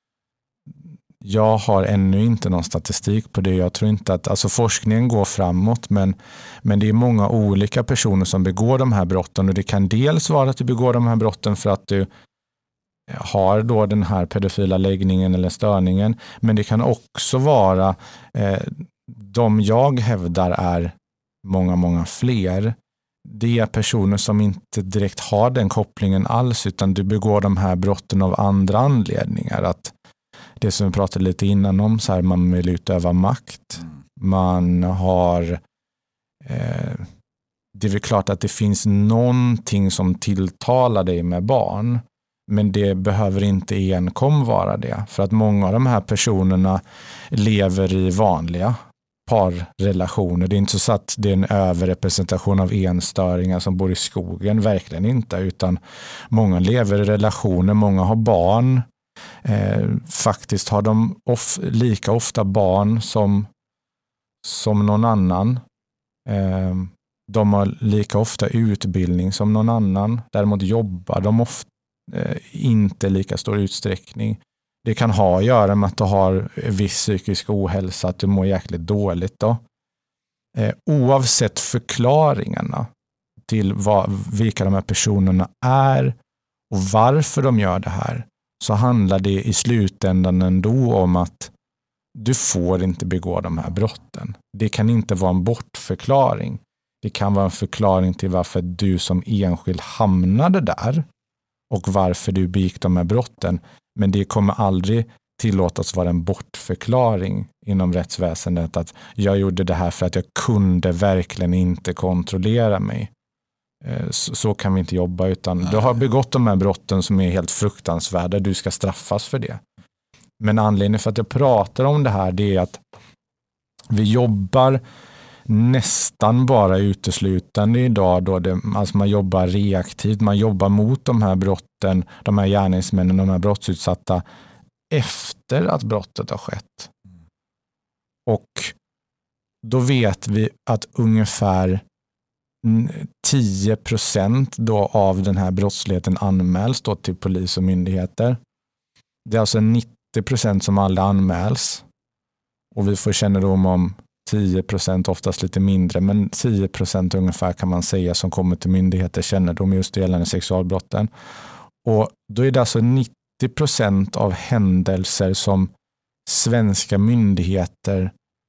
Jag har ännu inte någon statistik på det. Jag tror inte att, alltså forskningen går framåt, men, men det är många olika personer som begår de här brotten, och det kan dels vara att du begår de här brotten för att du har då den här pedofila läggningen eller störningen, men det kan också vara eh, de jag hävdar är många, många fler. Det är personer som inte direkt har den kopplingen alls, utan du begår de här brotten av andra anledningar. Att det som vi pratade lite innan om, så här, man vill utöva makt. Man har eh, det är väl klart att det finns någonting som tilltalar dig med barn, men det behöver inte enkom vara det. För att många av de här personerna lever i vanliga parrelationer. Det är inte så att det är en överrepresentation av enstöringar som bor i skogen, verkligen inte, utan många lever i relationer, många har barn. Eh, faktiskt har de of, lika ofta barn som, som någon annan. Eh, de har lika ofta utbildning som någon annan. Däremot jobbar de ofta eh, inte lika stor utsträckning. Det kan ha att göra med att du har viss psykisk ohälsa, att du mår jäkligt dåligt då. Eh, oavsett förklaringarna till vad, vilka de här personerna är och varför de gör det här, så handlar det i slutändan ändå om att du får inte begå de här brotten. Det kan inte vara en bortförklaring. Det kan vara en förklaring till varför du som enskild hamnade där och varför du begick de här brotten. Men det kommer aldrig tillåtas vara en bortförklaring inom rättsväsendet att jag gjorde det här för att jag kunde verkligen inte kontrollera mig. Så, så kan vi inte jobba, utan Nej. Du har begått de här brotten som är helt fruktansvärda. Du ska straffas för det. Men anledningen för att jag pratar om det här, det är att vi jobbar nästan bara uteslutande idag då det, alltså man jobbar reaktivt, man jobbar mot de här brotten, de här gärningsmännen, de här brottsutsatta efter att brottet har skett. Och då vet vi att ungefär tio procent då av den här brottsligheten anmäls då till polis och myndigheter. Det är alltså nittio procent som aldrig anmäls. Och vi får kännedom om tio procent, oftast lite mindre, men tio procent ungefär kan man säga som kommer till myndigheter kännedom just gällande sexualbrotten. Och då är det alltså nittio procent av händelser som svenska myndigheter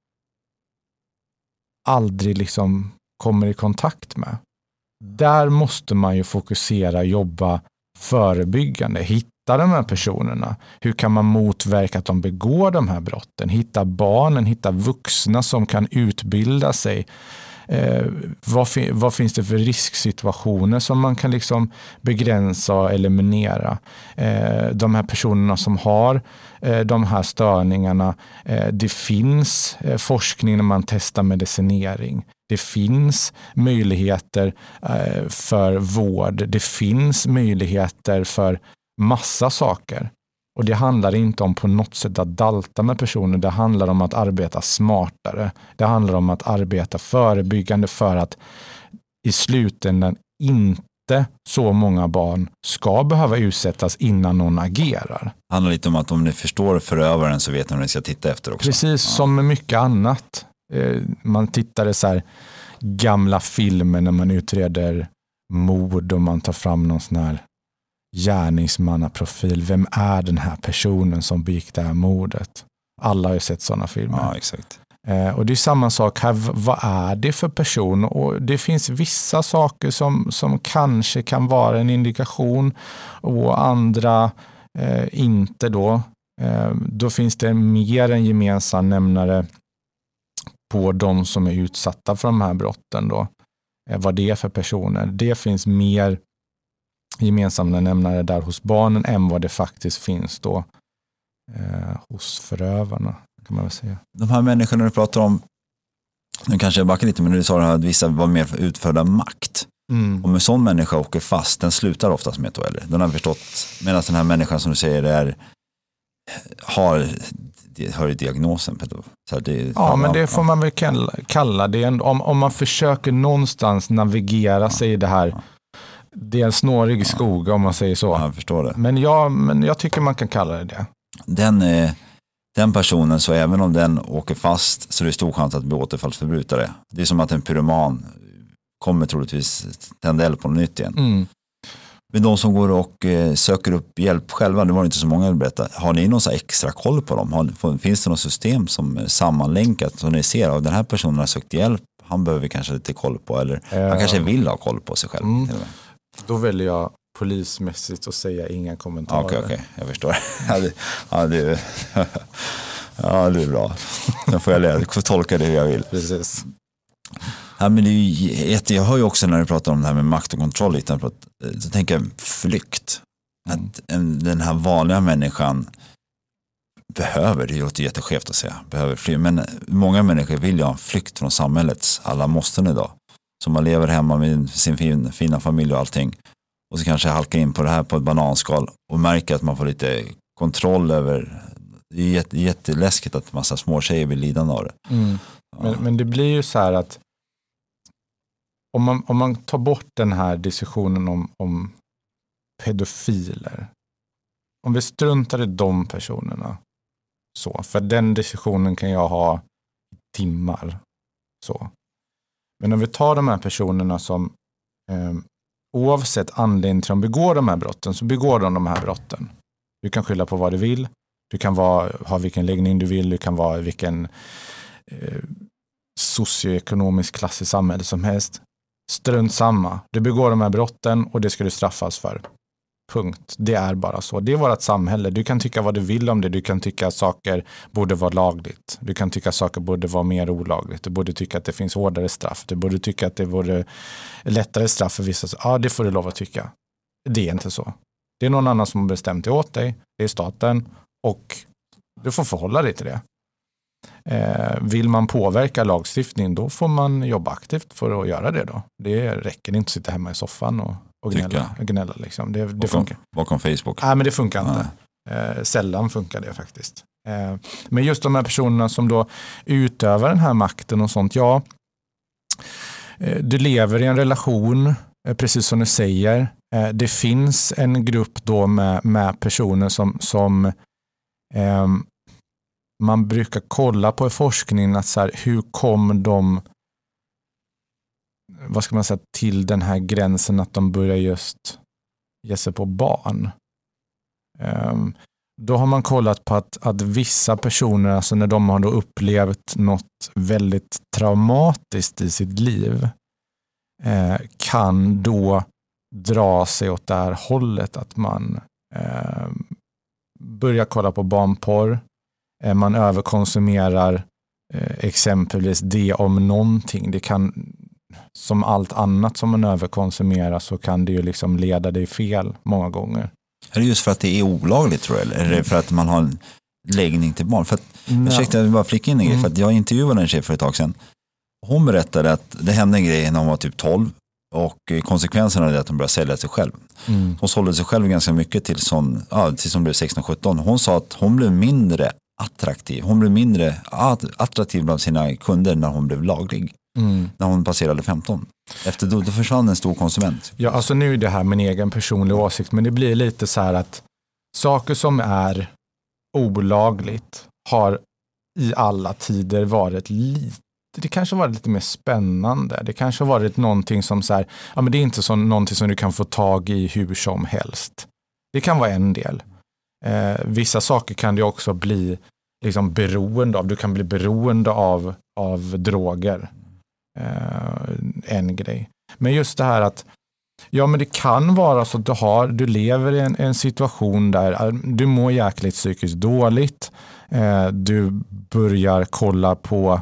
aldrig liksom kommer i kontakt med. Där måste man ju fokusera, jobba förebyggande, hitta de här personerna. Hur kan man motverka att de begår de här brotten? Hitta barnen, hitta vuxna som kan utbilda sig. Eh, vad, fi- vad finns det för risksituationer som man kan liksom begränsa och eliminera? Eh, de här personerna som har eh, de här störningarna, eh, det finns eh, forskning när man testar medicinering. Det finns möjligheter eh, för vård. Det finns möjligheter för massa saker. Och det handlar inte om på något sätt att dalta med personer. Det handlar om att arbeta smartare. Det handlar om att arbeta förebyggande för att i slutändan inte så många barn ska behöva utsättas innan någon agerar. Det handlar lite om att om ni förstår förövaren så vet ni vad ni ska titta efter också. Precis, ja. Som med mycket annat. Man tittar i så här gamla filmer när man utreder mord och man tar fram någon sån här gärningsmannaprofil. Vem är den här personen som begick det här mordet? Alla har ju sett sådana filmer. Ja, exakt. Eh, och det är samma sak här. Vad är det för person? Och det finns vissa saker som, som kanske kan vara en indikation och andra eh, inte då. Eh, då finns det mer en gemensam nämnare på de som är utsatta för de här brotten då. Eh, vad det är för personer. Det finns mer gemensamma nämnare där hos barnen än vad det faktiskt finns då eh, hos förövarna, kan man väl säga. De här människorna du pratar om, nu kanske jag backar lite, men du sa att vissa var mer för utförda makt. Mm. Om en sån människa åker fast, den slutar oftast med ett år. Den har förstått, medan den här människan som du säger är, har, har diagnosen. Så det, ja, men det får man väl kalla det. Om, om man försöker någonstans navigera ja. sig i det här. Det är en snårig skog om man säger så. Ja, jag förstår det. Men, ja, men jag tycker man kan kalla det det. Den, den personen, så även om den åker fast så är det stor chans att bli återfallsförbrytare. Det är som att en pyroman kommer troligtvis tända eld på något nytt igen. Mm. Men de som går och eh, söker upp hjälp själva, det var inte så många att berätta. Har ni någon så extra koll på dem? Har, finns det något system som är sammanlänkat som ni ser av den här personen har sökt hjälp? Han behöver kanske lite koll på, eller uh, han kanske vill ha koll på sig själv. Mm. Då väljer jag polismässigt att säga inga kommentarer. Okej, okay, okej, okay. Jag förstår. ja, det, ja, det, ja, det är bra. Då får jag lära, jag får tolka det hur jag vill. Precis. Ja, men det är ju, jag hör ju också när du pratar om det här med makt och kontroll, så tänker jag flykt. Mm. Att en, den här vanliga människan behöver, det låter jätteskevt att säga, behöver fly. Men många människor vill ju ha en flykt från samhällets alla måsten idag. Så man lever hemma med sin fin, fina familj och allting. Och så kanske halkar in på det här på ett bananskal och märker att man får lite kontroll över. Det är jätte, jätteläskigt att massa små tjejer blir lidande av det. Mm. Ja. Men, men det blir ju så här att om man, om man tar bort den här diskussionen om, om pedofiler. Om vi struntar i de personerna. Så, för den diskussionen kan jag ha i timmar. Så. Men om vi tar de här personerna som eh, oavsett anledning till att de begår de här brotten, så begår de de här brotten. Du kan skylla på vad du vill. Du kan vara, ha vilken läggning du vill. Du kan vara vilken eh, socioekonomisk klass i samhället som helst. Strunt samma. Du begår de här brotten och det ska du straffas för. Punkt. Det är bara så. Det är vårt samhälle. Du kan tycka vad du vill om det. Du kan tycka att saker borde vara lagligt. Du kan tycka att saker borde vara mer olagligt. Du borde tycka att det finns hårdare straff. Du borde tycka att det vore lättare straff för vissa. Ja, det får du lov att tycka. Det är inte så. Det är någon annan som har bestämt det åt dig. Det är staten. Och du får förhålla dig till det. Eh, vill man påverka lagstiftningen, då får man jobba aktivt för att göra det då. Det räcker inte att sitta hemma i soffan och och gnälla, gnälla liksom. Det, det bakom, funkar. Bakom Facebook? Nej, men det funkar inte. Eh, sällan funkar det faktiskt. Eh, men just de här personerna som då utövar den här makten och sånt, ja, eh, du lever i en relation, eh, precis som du säger. Eh, det finns en grupp då med, med personer som, som eh, man brukar kolla på i forskningen, att så här, hur kom de vad ska man säga, till den här gränsen att de börjar just ge sig på barn. Um, då har man kollat på att, att vissa personer, alltså när de har då upplevt något väldigt traumatiskt i sitt liv, eh, kan då dra sig åt det här hållet, att man eh, börjar kolla på barnporr, eh, man överkonsumerar eh, exempelvis det om någonting. Det kan, som allt annat som man överkonsumerar, så kan det ju liksom leda dig fel många gånger. Är det just för att det är olagligt, tror jag? Eller är det för att man har en läggning till barn? För att, jag försökte bara flika in en grej, mm. för att jag intervjuade en tjej för ett tag sedan. Hon berättade att det hände en grej när hon var typ tolv, och konsekvenserna är att hon började sälja sig själv. Mm. Hon sålde sig själv ganska mycket till som, ja, tills hon blev sexton sjutton. Hon sa att hon blev mindre attraktiv. Hon blev mindre attraktiv bland sina kunder när hon blev laglig. Mm. När hon passerade femton. Efter då, då försvann en stor konsument. Ja, alltså nu är det här min egen personliga åsikt, men det blir lite så här att saker som är olagligt har i alla tider varit lite, det kanske varit lite mer spännande. Det kanske har varit någonting som så här, ja, men det är inte så, någonting som du kan få tag i hur som helst. Det kan vara en del. Eh, vissa saker kan du också bli liksom beroende av. Du kan bli beroende av, av droger. Uh, en grej. Men just det här att ja, men det kan vara så att du har, du lever i en, en situation där du mår jäkligt psykiskt dåligt. Uh, du börjar kolla på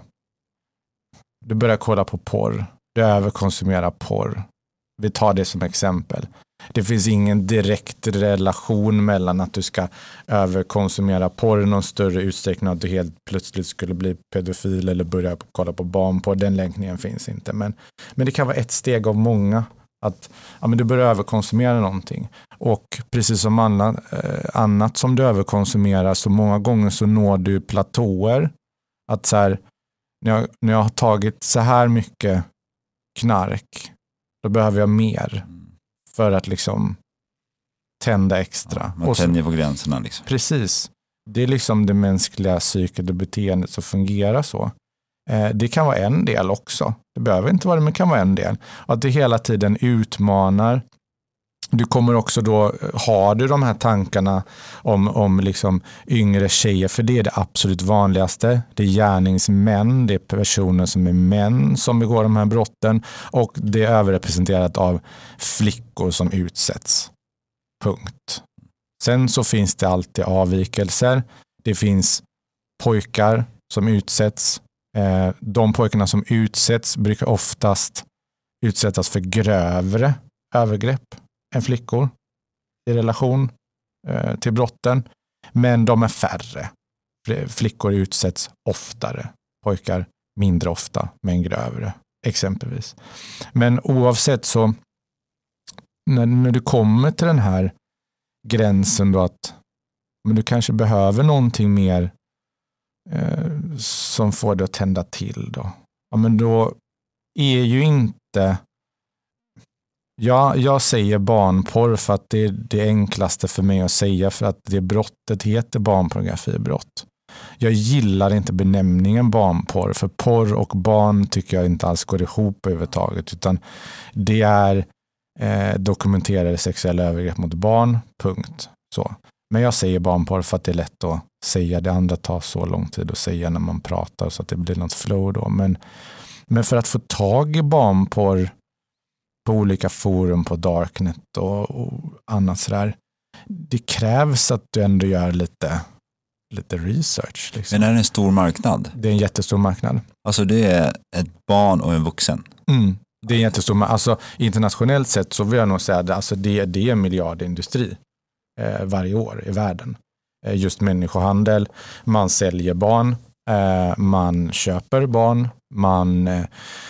du börjar kolla på porr. Du överkonsumerar porr. Vi tar det som exempel. Det finns ingen direkt relation mellan att du ska överkonsumera porr i någon större utsträckning, att du helt plötsligt skulle bli pedofil eller börja kolla på barn på. Den länkningen finns inte. Men, men det kan vara ett steg av många Att ja, men du bör överkonsumera någonting. Och precis som annat, eh, annat som du överkonsumerar, så många gånger så når du platåer. Att så här, när jag, när jag har tagit så här mycket knark, då behöver jag mer för att liksom tända extra. Ja, man tänjer på gränserna liksom. Precis. Det är liksom det mänskliga psyket och beteendet som fungerar så. Eh, det kan vara en del också. Det behöver inte vara det, men kan vara en del. Att det hela tiden utmanar. Du kommer också då, har du de här tankarna om, om liksom yngre tjejer, för det är det absolut vanligaste. Det är gärningsmän, det är personer som är män som begår de här brotten, och det är överrepresenterat av flickor som utsätts. Punkt. Sen så finns det alltid avvikelser. Det finns pojkar som utsätts. Eh, de pojkarna som utsätts brukar oftast utsättas för grövre övergrepp än flickor i relation eh, till brotten. Men de är färre. Flickor utsätts oftare. Pojkar mindre ofta, men grövre exempelvis. Men oavsett så, när, när du kommer till den här gränsen då, att men du kanske behöver någonting mer eh, som får dig att tända till då. Ja, men då är ju inte, ja, jag säger barnporr för att det är det enklaste för mig att säga, för att det brottet heter barnpornografibrott. Jag gillar inte benämningen barnporr, för porr och barn tycker jag inte alls går ihop överhuvudtaget, utan det är eh, dokumenterade sexuella övergrepp mot barn, punkt. Så. Men jag säger barnporr för att det är lätt att säga. Det andra tar så lång tid att säga när man pratar, så att det blir något flow då. Men, men för att få tag i barnporr på olika forum på Darknet och, och annat sådär, det krävs att du ändå gör lite, lite research. Liksom. Men är det en stor marknad? Det är en jättestor marknad. Alltså det är ett barn och en vuxen? Mm. Det är en jättestor marknad. Alltså internationellt sett så vill jag nog säga att alltså det, det är en miljardindustri eh, varje år i världen. Eh, just människohandel. Man säljer barn. Eh, man köper barn. Man eh,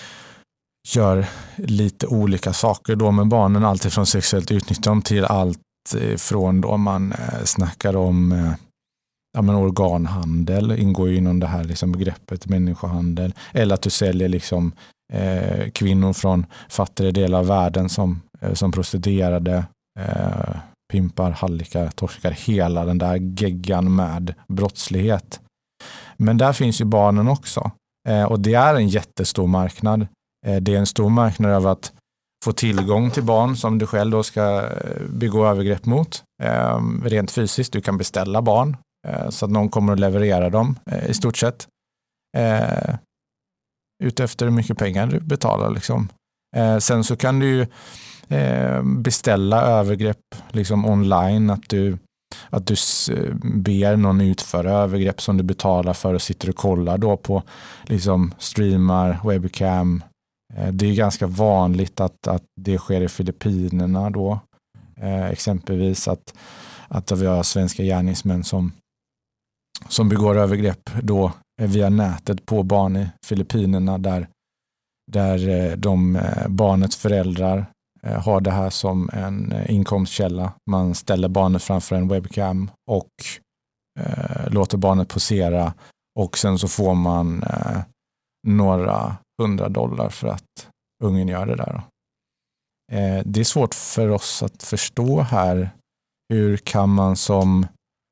gör lite olika saker då med barnen. Allt från sexuellt utnyttjande till allt från då man eh, snackar om eh, ja, men organhandel. Ingår ju inom det här liksom begreppet människohandel. Eller att du säljer liksom eh, kvinnor från fattigare delar av världen som, eh, som prostituerade, eh, pimpar, hallickar, torskar. Hela den där geggan med brottslighet. Men där finns ju barnen också. Eh, och det är en jättestor marknad. Eh, det är en stor marknad över att få tillgång till barn som du själv då ska begå övergrepp mot. Eh, rent fysiskt. Du kan beställa barn eh, så att någon kommer att leverera dem eh, i stort sett. Eh, utefter hur mycket pengar du betalar. Liksom. Eh, sen så kan du ju eh, beställa övergrepp liksom online. Att du, att du ber någon utföra övergrepp som du betalar för och sitter och kollar då på liksom streamar, webcam. Det är ganska vanligt att, att det sker i Filippinerna då. Eh, exempelvis att, att vi har svenska gärningsmän som, som begår övergrepp då via nätet på barn i Filippinerna, där, där de barnets föräldrar eh, har det här som en inkomstkälla. Man ställer barnet framför en webcam och eh, låter barnet posera, och sen så får man eh, några hundra dollar för att ungen gör det där. Eh, det är svårt för oss att förstå här. Hur kan man som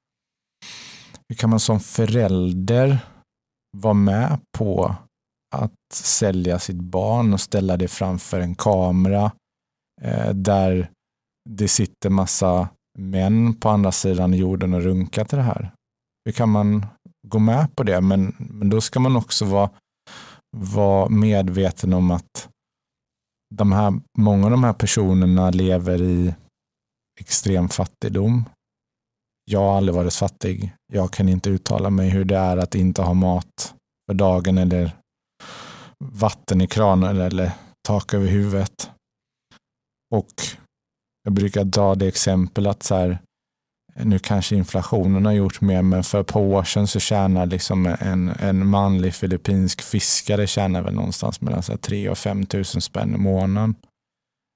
hur kan man som förälder vara med på att sälja sitt barn och ställa det framför en kamera eh, där det sitter massa män på andra sidan jorden och runkar till det här? Hur kan man gå med på det? Men, men då ska man också vara var medveten om att de här, många av de här personerna lever i extrem fattigdom. Jag har aldrig varit fattig. Jag kan inte uttala mig hur det är att inte ha mat för dagen eller vatten i kranen eller tak över huvudet. Och jag brukar ta det exempel att så här, nu kanske inflationen har gjort mer, men för ett par år sedan så tjänar liksom en, en manlig filippinsk fiskare tjänar väl någonstans mellan så här tre och fem tusen spänn i månaden.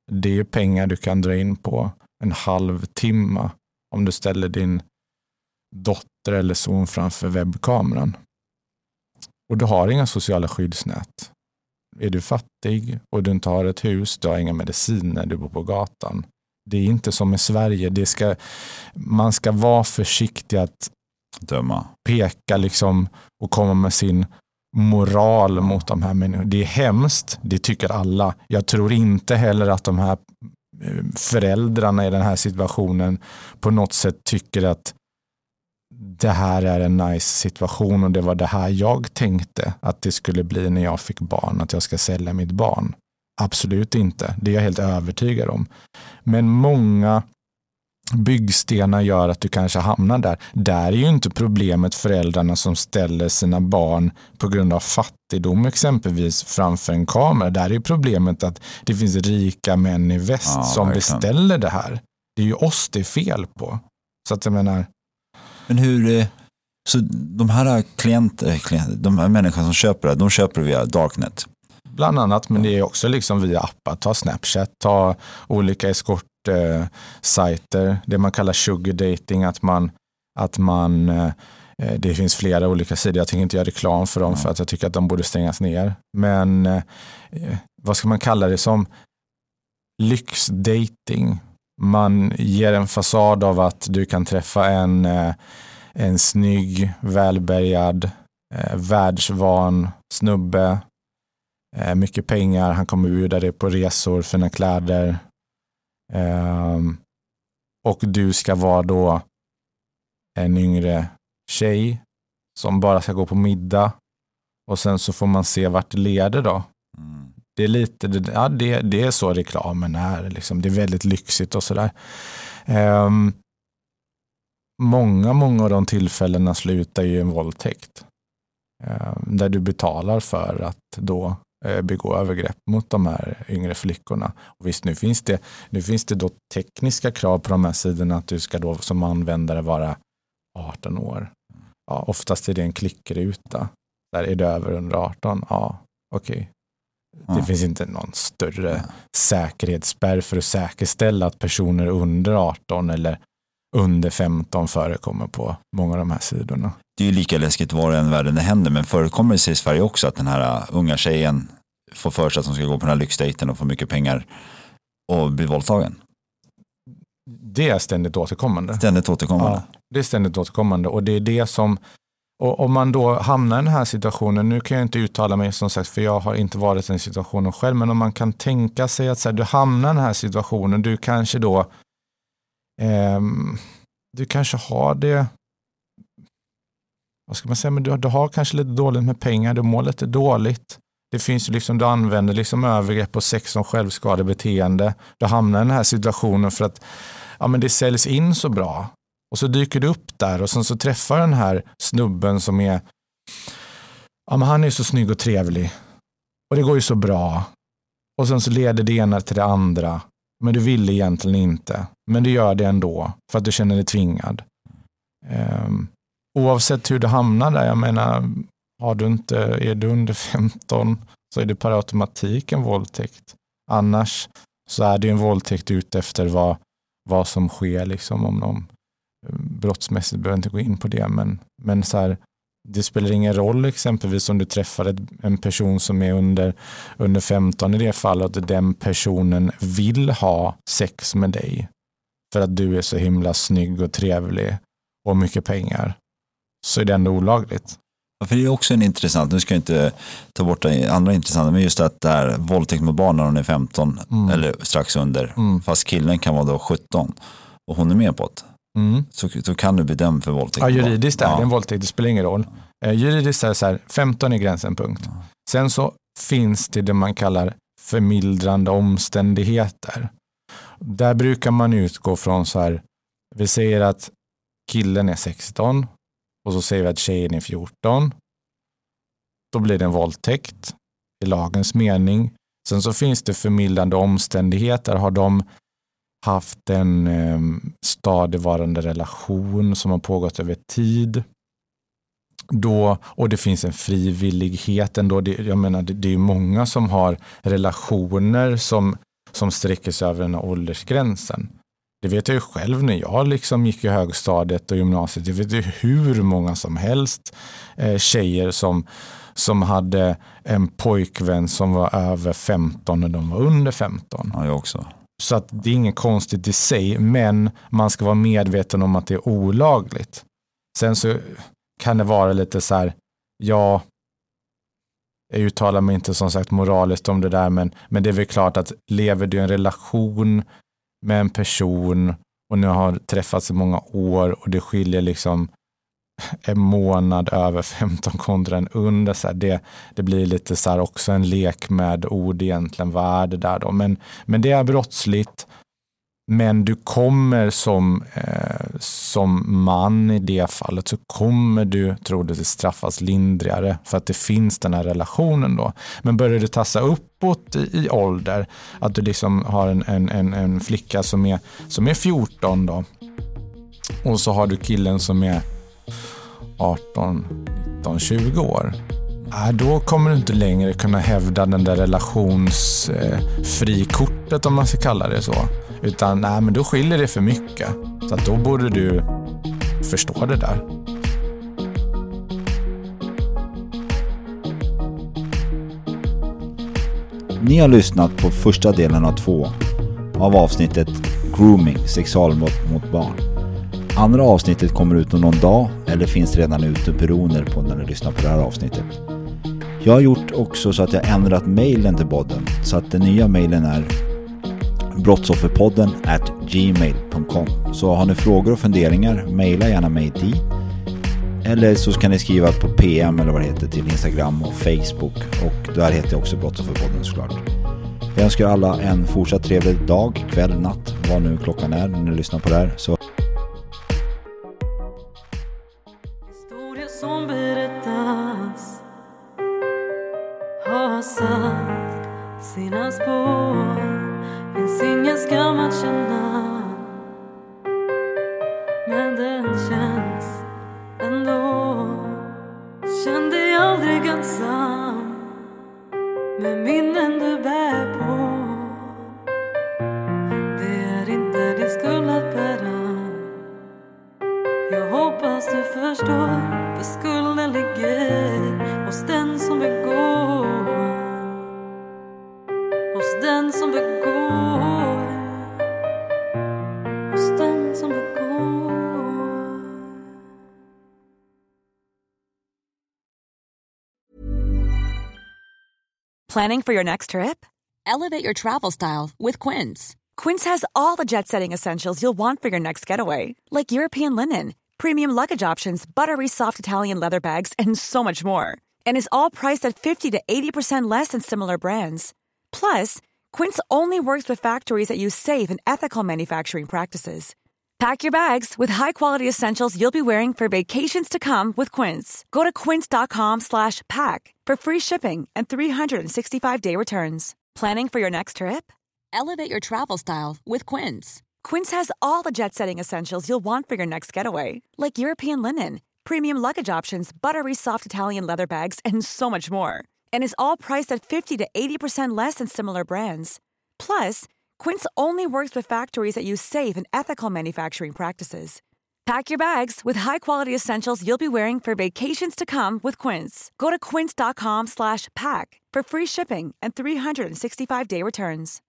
Det är pengar du kan dra in på en halv timme om du ställer din dotter eller son framför webbkameran. Och du har inga sociala skyddsnät. Är du fattig och du inte har ett hus, du har inga mediciner, du bor på gatan. Det är inte som i Sverige. Det ska, man ska vara försiktig att döma. Peka liksom och komma med sin moral mot de här människorna. Det är hemskt, det tycker alla. Jag tror inte heller att de här föräldrarna i den här situationen på något sätt tycker att det här är en nice situation och det var det här jag tänkte att det skulle bli när jag fick barn, att jag ska sälja mitt barn. Absolut inte. Det är jag helt övertygad om. Men många byggstenar gör att du kanske hamnar där. Där är ju inte problemet föräldrarna som ställer sina barn på grund av fattigdom exempelvis framför en kamera. Där är ju problemet att det finns rika män i väst ja, som verkligen beställer det här. Det är ju oss det är fel på. Så att jag menar... Men hur... Så de här klienter, klienter de här människorna som köper det, de köper via Darknet? Bland annat, men det är också liksom via appar. Ta Snapchat, ta olika eskortsajter, det man kallar sugar dating, att man, att man det finns flera olika sidor. Jag tänker inte göra reklam för dem mm. för att jag tycker att de borde stängas ner. Men vad ska man kalla det som? Lyxdating. Man ger en fasad av att du kan träffa en, en snygg, välbärgad, världsvan snubbe. Mycket pengar, han kommer bjuda dig på resor, fina kläder. Um, och du ska vara då en yngre tjej som bara ska gå på middag. Och sen så får man se vart det leder då. Mm. Det är lite, det, ja, det, det är så reklamen är. Liksom. Det är väldigt lyxigt och sådär. Um, många, många av de tillfällena slutar ju i en våldtäkt. Um, där du betalar för att då begå övergrepp mot de här yngre flickorna. Och visst, nu finns det, nu finns det då tekniska krav på de här sidorna att du ska då som användare vara arton år. Ja, oftast är det en klickruta. Där är det över under arton. Ja, okej. Okay. Det ja. finns inte någon större ja. säkerhetsspärr för att säkerställa att personer under arton eller under femton förekommer på många av de här sidorna. Det är ju lika läskigt var det än världen det händer, men förekommer det i Sverige också att den här unga tjejen får för sig att hon ska gå på den här lyxdejten och få mycket pengar och bli våldtagen? Det är ständigt återkommande. Ständigt återkommande. Ja, det är ständigt återkommande och det är det som, och om man då hamnar i den här situationen, nu kan jag inte uttala mig som sagt för jag har inte varit i den situationen själv, men om man kan tänka sig att så här, du hamnar i den här situationen, du kanske då eh, du kanske har det, vad ska man säga, men du, du har kanske lite dåligt med pengar, du mår lite dåligt. Det finns ju liksom, du använder liksom övergrepp och sex som självskadebeteende. Du hamnar i den här situationen för att ja, men det säljs in så bra. Och så dyker du upp där och sen så träffar den här snubben som är, ja men han är så snygg och trevlig. Och det går ju så bra. Och sen så leder det ena till det andra. Men du vill egentligen inte. Men du gör det ändå för att du känner dig tvingad. Um, oavsett hur du hamnar där, jag menar, har du inte, är du under femton så är det per automatik en våldtäkt. Annars så är det en våldtäkt ut efter vad, vad som sker liksom, om de brottsmässigt behöver inte gå in på det, men, men så här, det spelar ingen roll exempelvis om du träffar ett, en person som är under, under femton i det fallet att den personen vill ha sex med dig för att du är så himla snygg och trevlig och mycket pengar, så är det ändå olagligt. Ja, för det är också en intressant, nu ska jag inte ta bort det andra intressanta, men just att det är våldtäkt mot barn när hon är femton mm. eller strax under, mm. fast killen kan vara då sjutton och hon är med på det. Mm. Så, så kan du bli dömd för våldtäkt. Ja, juridiskt är det ja. en våldtäkt, det spelar ingen roll. Eh, juridiskt är det så här, femton är gränsen, punkt. Ja. Sen så finns det det man kallar förmildrande omständigheter. Där brukar man utgå från så här, vi säger att killen är sexton och så säger vi att tjejen är fjorton. Då blir det en våldtäkt i lagens mening. Sen så finns det förmildrande omständigheter. Har de haft en eh, stadigvarande relation som har pågått över tid då, och det finns en frivillighet ändå. Det, jag menar, det, det är många som har relationer som, som sträcker sig över den här åldersgränsen. Det vet jag ju själv när jag liksom gick i högstadiet och gymnasiet. Jag vet ju hur många som helst eh, tjejer som, som hade en pojkvän som var över femton när de var under femton. Ja, jag också. Så att det är inget konstigt i sig, men man ska vara medveten om att det är olagligt. Sen så kan det vara lite så här, ja, jag uttalar mig inte som sagt moraliskt om det där, men, men det är väl klart att lever du i en relation med en person och nu har träffats i många år och det skiljer liksom en månad över femton kontra en under, så här, det, det blir lite så här också en lek med ord egentligen, vad är det där då? Men, men det är brottsligt, men du kommer som, eh, som man i det fallet så kommer du troligtvis straffas lindrigare för att det finns den här relationen då. Men börjar du tassa uppåt i, i ålder, att du liksom har en, en, en, en flicka som är, som är fjorton då och så har du killen som är arton, nitton, tjugo år. Äh, då kommer du inte längre kunna hävda den där relationsfrikortet, eh, om man ska kalla det så. Utan nej, men då skiljer det för mycket. Så att då borde du förstå det där. Ni har lyssnat på första delen av två av avsnittet Grooming, sexualbrott mot barn. Andra avsnittet kommer ut om någon dag eller finns redan ute beroende på när ni lyssnar på det här avsnittet. Jag har gjort också så att jag ändrat mejlen till podden så att den nya mejlen är brottsofferpodden at gmail dot com. Så har ni frågor och funderingar, mejla gärna mig dit. Eller så kan ni skriva på P M eller vad det heter till Instagram och Facebook. Och där heter jag också Brottsofferpodden såklart. Jag önskar alla en fortsatt trevlig dag, kväll, natt, vad nu klockan är när ni lyssnar på det här. Så Historia som berättas har satt sina spår. Finns ingen skam att känna, men den känns ändå. Känn dig aldrig ensam med minnen du bär på. Det är inte din skuld att bära. Jag hoppas du förstår, för skulden ligger hos den som begår. Hos den som begår. Hos den som begår. Planning for your next trip? Elevate your travel style with Quince. Quince has all the jet-setting essentials you'll want for your next getaway, like European linen, premium luggage options, buttery soft Italian leather bags, and so much more. And is all priced at fifty to eighty percent less than similar brands. Plus, Quince only works with factories that use safe and ethical manufacturing practices. Pack your bags with high-quality essentials you'll be wearing for vacations to come with Quince. Go to quince.com slash pack for free shipping and three sixty-five day returns. Planning for your next trip? Elevate your travel style with Quince. Quince has all the jet-setting essentials you'll want for your next getaway, like European linen, premium luggage options, buttery soft Italian leather bags, and so much more. And is all priced at fifty to eighty percent less than similar brands. Plus, Quince only works with factories that use safe and ethical manufacturing practices. Pack your bags with high-quality essentials you'll be wearing for vacations to come with Quince. Go to quince.com slash pack for free shipping and three sixty-five day returns.